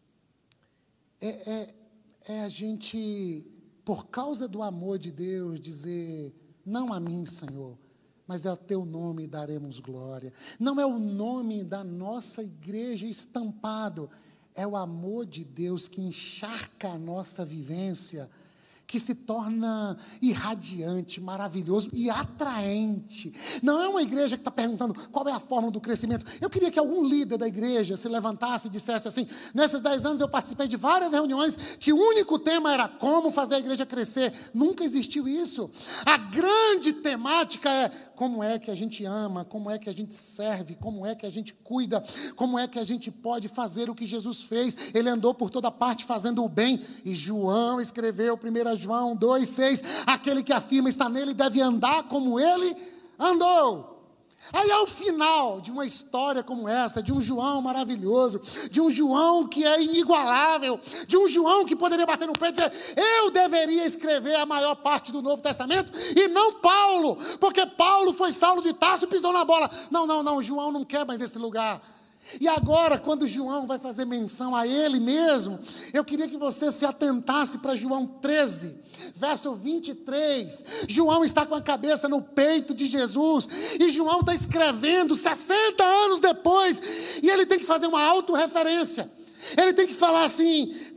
É a gente, por causa do amor de Deus, dizer, não a mim, Senhor, mas ao teu nome daremos glória. Não é o nome da nossa igreja estampado, é o amor de Deus que encharca a nossa vivência, que se torna irradiante, maravilhoso e atraente. Não é uma igreja que está perguntando qual é a fórmula do crescimento. Eu queria que algum líder da igreja se levantasse e dissesse assim, nesses 10 anos eu participei de várias reuniões que o único tema era como fazer a igreja crescer. Nunca existiu isso. A grande temática é como é que a gente ama, como é que a gente serve, como é que a gente cuida, como é que a gente pode fazer o que Jesus fez. Ele andou por toda parte fazendo o bem, e João escreveu 1 João 2,6, aquele que afirma estar nele deve andar como ele andou. Aí ao final de uma história como essa, de um João maravilhoso, de um João que é inigualável, de um João que poderia bater no peito e dizer, eu deveria escrever a maior parte do Novo Testamento, e não Paulo, porque Paulo foi Saulo de Tarso e pisou na bola. Não, João não quer mais esse lugar. E agora, quando João vai fazer menção a ele mesmo, eu queria que você se atentasse para João 13, verso 23. João está com a cabeça no peito de Jesus, e João está escrevendo 60 anos depois, e ele tem que fazer uma autorreferência. Ele tem que falar assim, como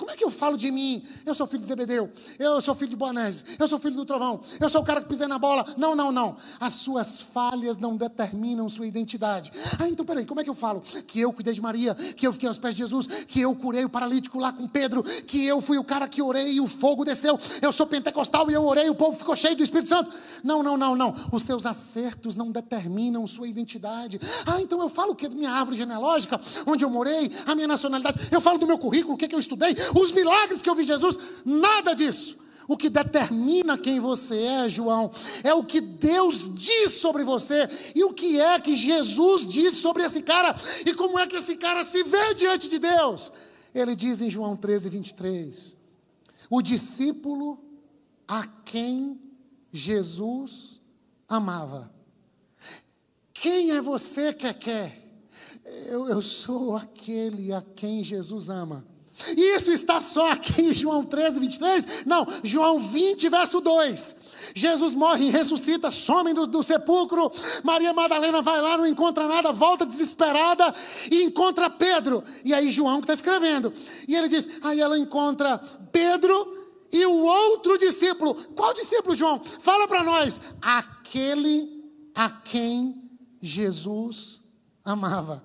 como é que eu falo de mim? Eu sou filho de Zebedeu, eu sou filho de Boanerges, eu sou filho do trovão, eu sou o cara que pisei na bola. Não, não, não. As suas falhas não determinam sua identidade. Então peraí, como é que eu falo? Que eu cuidei de Maria, que eu fiquei aos pés de Jesus, que eu curei o paralítico lá com Pedro, que eu fui o cara que orei e o fogo desceu. Eu sou pentecostal e eu orei e o povo ficou cheio do Espírito Santo. Não, não, não, não. Os seus acertos não determinam sua identidade. Então eu falo o que? Minha árvore genealógica, onde eu morei, a minha nacionalidade. Eu falo do meu currículo, o que eu estudei, os milagres que eu vi Jesus. Nada disso. O que determina quem você é, João, é o que Deus diz sobre você e o que é que Jesus diz sobre esse cara e como é que esse cara se vê diante de Deus. Ele diz em João 13:23, o discípulo a quem Jesus amava. Quem é você que quer? Eu sou aquele a quem Jesus ama. E isso está só aqui em João 13:23? Não, João 20, verso 2. Jesus morre, ressuscita, some do sepulcro. Maria Madalena vai lá, não encontra nada, volta desesperada e encontra Pedro. E aí João que está escrevendo. E ele diz, aí ela encontra Pedro e o outro discípulo. Qual discípulo, João? Fala para nós. Aquele a quem Jesus amava.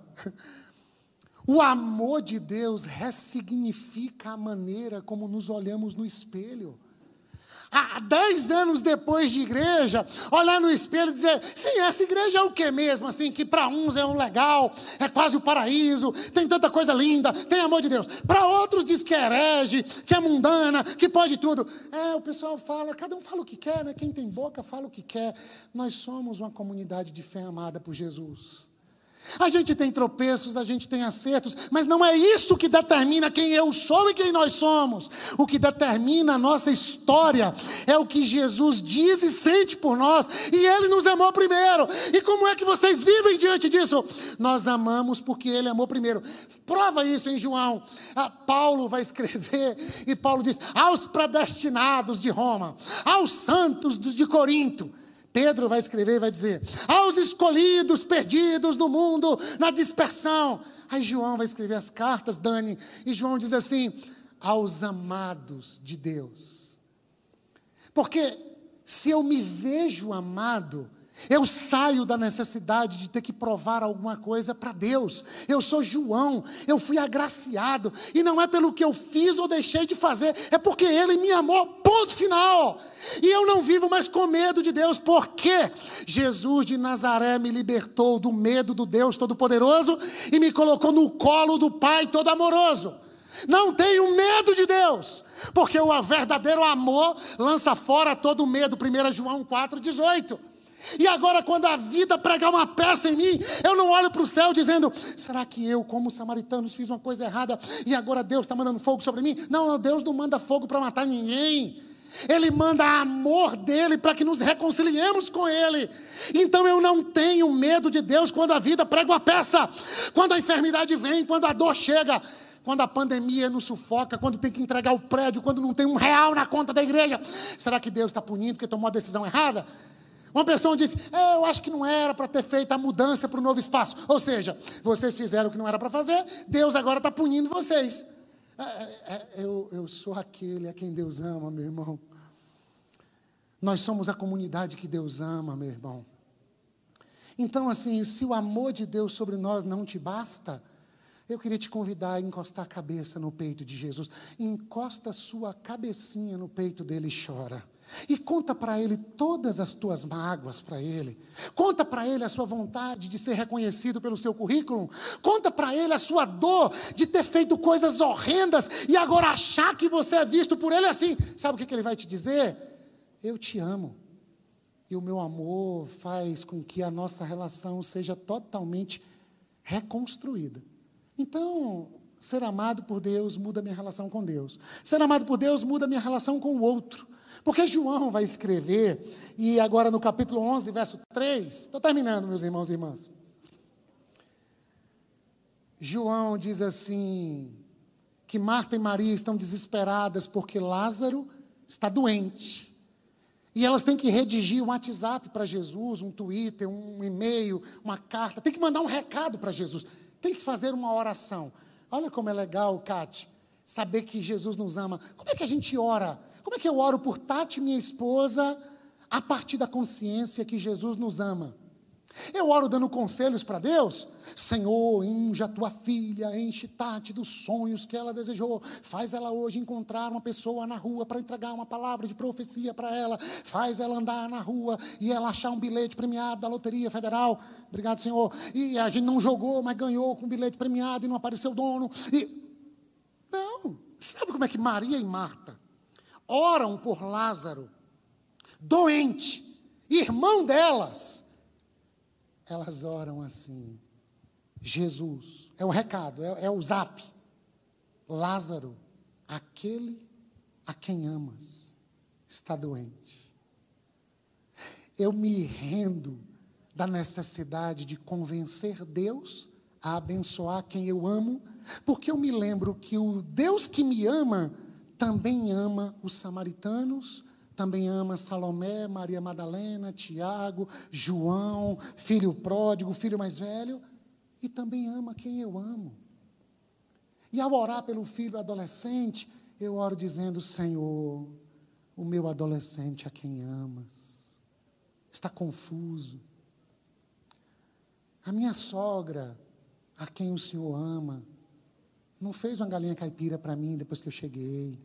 O amor de Deus ressignifica a maneira como nos olhamos no espelho. Há 10 anos depois de igreja, olhar no espelho e dizer, sim, essa igreja é o que mesmo? Assim, que para uns é um legal, é quase o paraíso, tem tanta coisa linda, tem amor de Deus. Para outros diz que é herege, que é mundana, que pode tudo. O pessoal fala, cada um fala o que quer, né? Quem tem boca fala o que quer. Nós somos uma comunidade de fé amada por Jesus. A gente tem tropeços, a gente tem acertos, mas não é isso que determina quem eu sou e quem nós somos. O que determina a nossa história é o que Jesus diz e sente por nós, e Ele nos amou primeiro. E como é que vocês vivem diante disso? Nós amamos porque Ele amou primeiro. Prova isso em João. Paulo vai escrever, e Paulo diz, aos predestinados de Roma, aos santos de Corinto. Pedro vai escrever e vai dizer, aos escolhidos, perdidos no mundo, na dispersão. Aí João vai escrever as cartas, Dani, e João diz assim, aos amados de Deus. Porque se eu me vejo amado, eu saio da necessidade de ter que provar alguma coisa para Deus. Eu sou João, eu fui agraciado, e não é pelo que eu fiz ou deixei de fazer, é porque Ele me amou, ponto final. E eu não vivo mais com medo de Deus, porque Jesus de Nazaré me libertou do medo do Deus Todo-Poderoso e me colocou no colo do Pai Todo-Amoroso. Não tenho medo de Deus, porque o verdadeiro amor lança fora todo medo, 1 João 4,18. E agora quando a vida pregar uma peça em mim, eu não olho para o céu dizendo, será que eu, como samaritanos, fiz uma coisa errada e agora Deus está mandando fogo sobre mim? Não, Deus não manda fogo para matar ninguém. Ele manda amor dele para que nos reconciliemos com Ele. Então eu não tenho medo de Deus quando a vida prega uma peça, quando a enfermidade vem, quando a dor chega, quando a pandemia nos sufoca, quando tem que entregar o prédio, quando não tem R$1 na conta da igreja. Será que Deus está punindo porque tomou a decisão errada? Uma pessoa disse, eu acho que não era para ter feito a mudança para o novo espaço. Ou seja, vocês fizeram o que não era para fazer, Deus agora está punindo vocês. Eu sou aquele a quem Deus ama, meu irmão. Nós somos a comunidade que Deus ama, meu irmão. Então, assim, se o amor de Deus sobre nós não te basta, eu queria te convidar a encostar a cabeça no peito de Jesus. Encosta a sua cabecinha no peito dele e chora. E conta para Ele todas as tuas mágoas para Ele. Conta para Ele a sua vontade de ser reconhecido pelo seu currículo. Conta para Ele a sua dor de ter feito coisas horrendas e agora achar que você é visto por Ele assim. Sabe o que Ele vai te dizer? Eu te amo. E o meu amor faz com que a nossa relação seja totalmente reconstruída. Então, ser amado por Deus muda minha relação com Deus. Ser amado por Deus muda minha relação com o outro. Porque João vai escrever, e agora no capítulo 11, verso 3, estou terminando, meus irmãos e irmãs. João diz assim, que Marta e Maria estão desesperadas porque Lázaro está doente. E elas têm que redigir um WhatsApp para Jesus, um Twitter, um e-mail, uma carta, tem que mandar um recado para Jesus, tem que fazer uma oração. Olha como é legal, Cate. saber que Jesus nos ama. Como é que a gente ora? Como é que eu oro por Tati, minha esposa, a partir da consciência que Jesus nos ama? Eu oro dando conselhos para Deus. Senhor, unja a tua filha, enche Tati dos sonhos que ela desejou. Faz ela hoje encontrar uma pessoa na rua para entregar uma palavra de profecia para ela. Faz ela andar na rua e ela achar um bilhete premiado da Loteria Federal. Obrigado, Senhor. E a gente não jogou, mas ganhou com um bilhete premiado e não apareceu o dono. Não. Sabe como é que Maria e Marta oram por Lázaro, doente, irmão delas? Elas oram assim: Jesus, é o recado, é o zap. Lázaro, aquele a quem amas, está doente. Eu me rendo da necessidade de convencer Deus a abençoar quem eu amo, porque eu me lembro que o Deus que me ama também ama os samaritanos, também ama Salomé, Maria Madalena, Tiago, João, filho pródigo, filho mais velho, e também ama quem eu amo. E ao orar pelo filho adolescente, eu oro dizendo: Senhor, o meu adolescente a quem amas está confuso. A minha sogra, a quem o Senhor ama, não fez uma galinha caipira para mim depois que eu cheguei.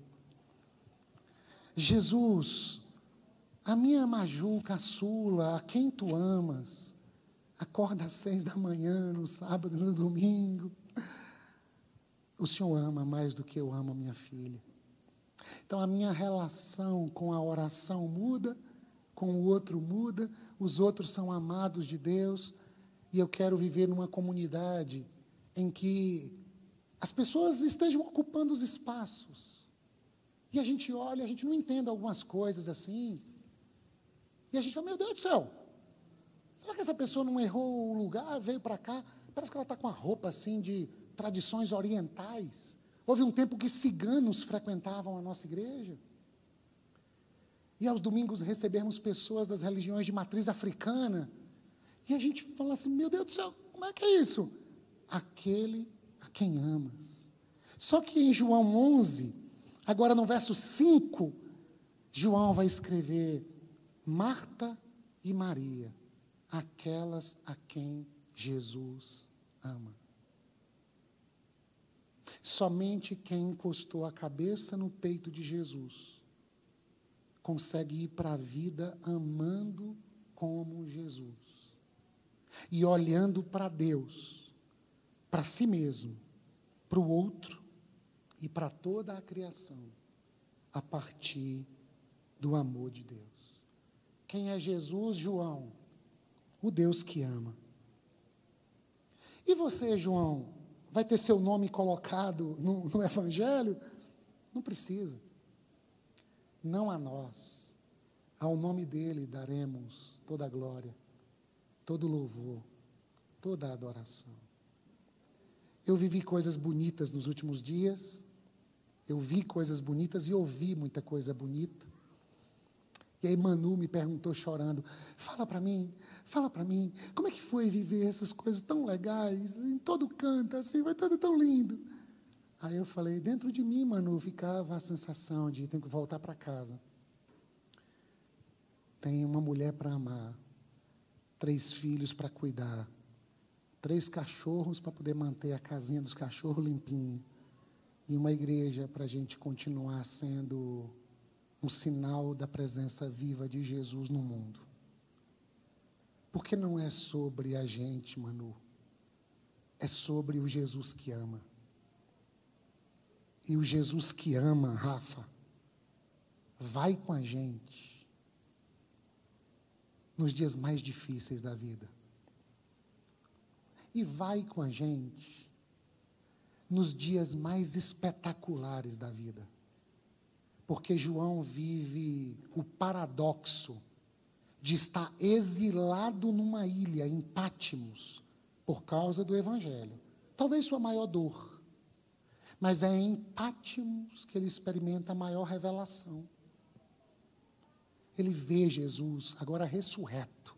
Jesus, a minha Maju caçula, a quem tu amas, acorda às 6 da manhã, no sábado, no domingo. O Senhor ama mais do que eu amo a minha filha. Então a minha relação com a oração muda, com o outro muda, os outros são amados de Deus, e eu quero viver numa comunidade em que as pessoas estejam ocupando os espaços. E a gente olha, a gente não entende algumas coisas assim. E a gente fala: meu Deus do céu, será que essa pessoa não errou o lugar, veio para cá? Parece que ela está com a roupa assim de tradições orientais. Houve um tempo que ciganos frequentavam a nossa igreja. E aos domingos recebermos pessoas das religiões de matriz africana. E a gente fala assim: meu Deus do céu, como é que é isso? Aquele a quem amas. Só que em João 11... agora, no verso 5, João vai escrever: Marta e Maria, aquelas a quem Jesus ama. Somente quem encostou a cabeça no peito de Jesus consegue ir para a vida amando como Jesus. E olhando para Deus, para si mesmo, para o outro, e para toda a criação, a partir do amor de Deus. Quem é Jesus, João? O Deus que ama. E você, João, vai ter seu nome colocado no Evangelho? Não precisa. Não a nós. Ao nome dele daremos toda a glória, todo o louvor, toda a adoração. Eu vivi coisas bonitas nos últimos dias. Eu vi coisas bonitas e ouvi muita coisa bonita. E aí Manu me perguntou chorando: fala para mim, como é que foi viver essas coisas tão legais, em todo canto, assim, foi tudo tão lindo. Aí eu falei: dentro de mim, Manu, ficava a sensação de ter que voltar para casa. Tem uma mulher para amar, 3 filhos para cuidar, 3 cachorros para poder manter a casinha dos cachorros limpinha, e uma igreja para a gente continuar sendo um sinal da presença viva de Jesus no mundo. Porque não é sobre a gente, Manu. É sobre o Jesus que ama. E o Jesus que ama, Rafa, vai com a gente nos dias mais difíceis da vida. E vai com a gente nos dias mais espetaculares da vida. Porque João vive o paradoxo de estar exilado numa ilha, em Pátimos, por causa do Evangelho. Talvez sua maior dor. Mas é em Pátimos que ele experimenta a maior revelação. Ele vê Jesus, agora ressurreto,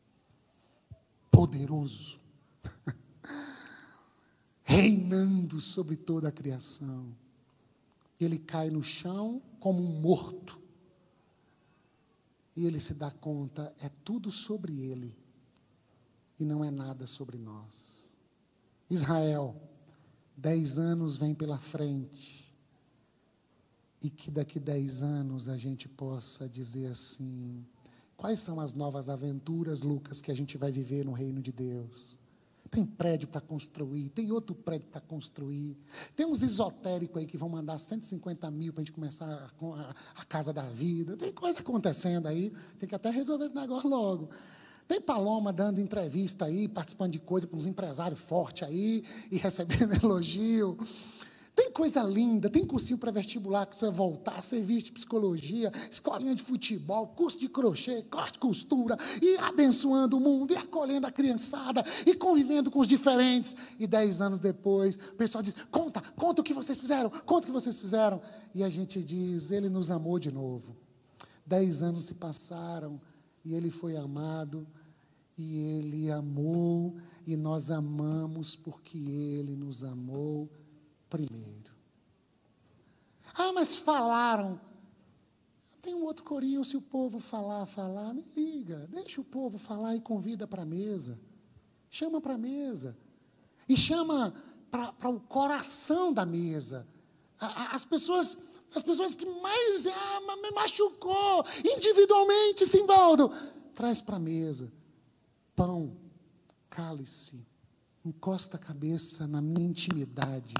poderoso, reinando sobre toda a criação. Ele cai no chão como um morto. E ele se dá conta, é tudo sobre ele. E não é nada sobre nós. Israel, 10 anos vem pela frente. E que daqui 10 anos a gente possa dizer assim, quais são as novas aventuras, Lucas, que a gente vai viver no reino de Deus? Tem prédio para construir, tem outro prédio para construir. Tem uns esotéricos aí que vão mandar 150 mil para a gente começar a casa da vida. Tem coisa acontecendo aí, tem que até resolver esse negócio logo. Tem Paloma dando entrevista aí, participando de coisa para uns empresários fortes aí e recebendo elogio. Tem coisa linda, tem cursinho pré-vestibular que você vai voltar, serviço de psicologia, escolinha de futebol, curso de crochê, corte e costura, e abençoando o mundo, e acolhendo a criançada, e convivendo com os diferentes. E 10 anos depois, o pessoal diz, conta o que vocês fizeram, conta o que vocês fizeram. E a gente diz, ele nos amou de novo. 10 anos se passaram, e ele foi amado, e ele amou, e nós amamos porque ele nos amou primeiro. Ah, mas falaram. Tem um outro corinho, se o povo falar, nem liga. Deixa o povo falar e convida para a mesa. Chama para a mesa. E chama para o coração da mesa. As pessoas que mais me machucou, individualmente, Simvaldo, traz para a mesa. Pão, cálice, encosta a cabeça na minha intimidade.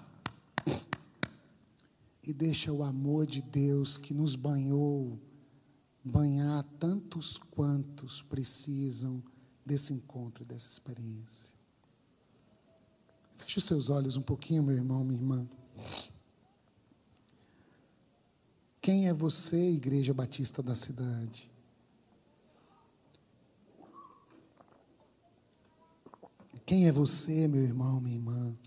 E deixa o amor de Deus que nos banhou, banhar tantos quantos precisam desse encontro, dessa experiência. Feche os seus olhos um pouquinho, meu irmão, minha irmã. Quem é você, Igreja Batista da cidade? Quem é você, meu irmão, minha irmã?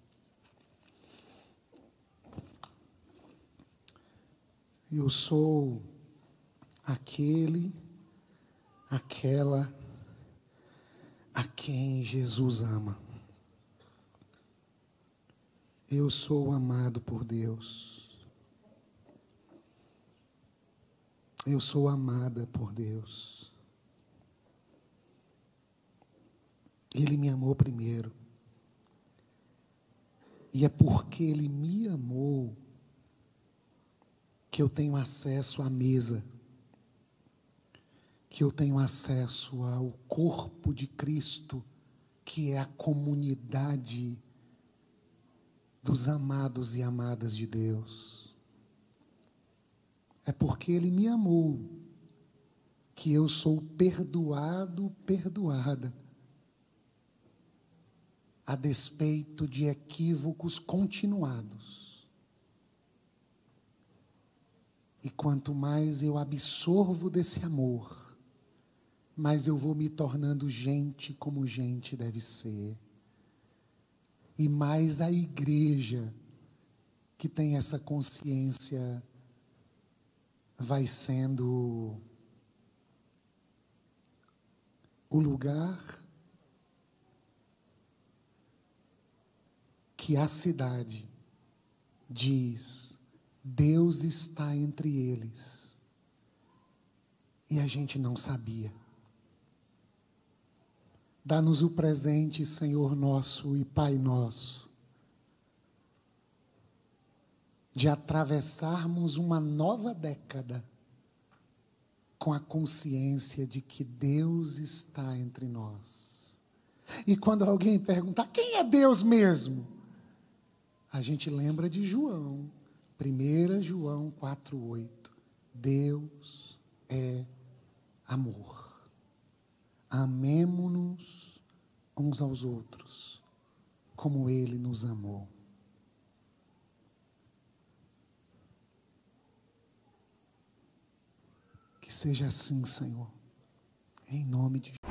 Eu sou aquele, aquela, a quem Jesus ama. Eu sou amado por Deus. Eu sou amada por Deus. Ele me amou primeiro. E é porque Ele me amou que eu tenho acesso à mesa, que eu tenho acesso ao corpo de Cristo, que é a comunidade dos amados e amadas de Deus. É porque Ele me amou que eu sou perdoado, perdoada, a despeito de equívocos continuados. E quanto mais eu absorvo desse amor, mais eu vou me tornando gente como gente deve ser. E mais a igreja que tem essa consciência vai sendo o lugar que a cidade diz: Deus está entre eles. E a gente não sabia. Dá-nos o presente, Senhor nosso e Pai nosso, de atravessarmos uma nova década com a consciência de que Deus está entre nós. E quando alguém perguntar, quem é Deus mesmo? A gente lembra de João. 1 João 4,8. Deus é amor. Amemo-nos uns aos outros, como Ele nos amou. Que seja assim, Senhor, em nome de Jesus.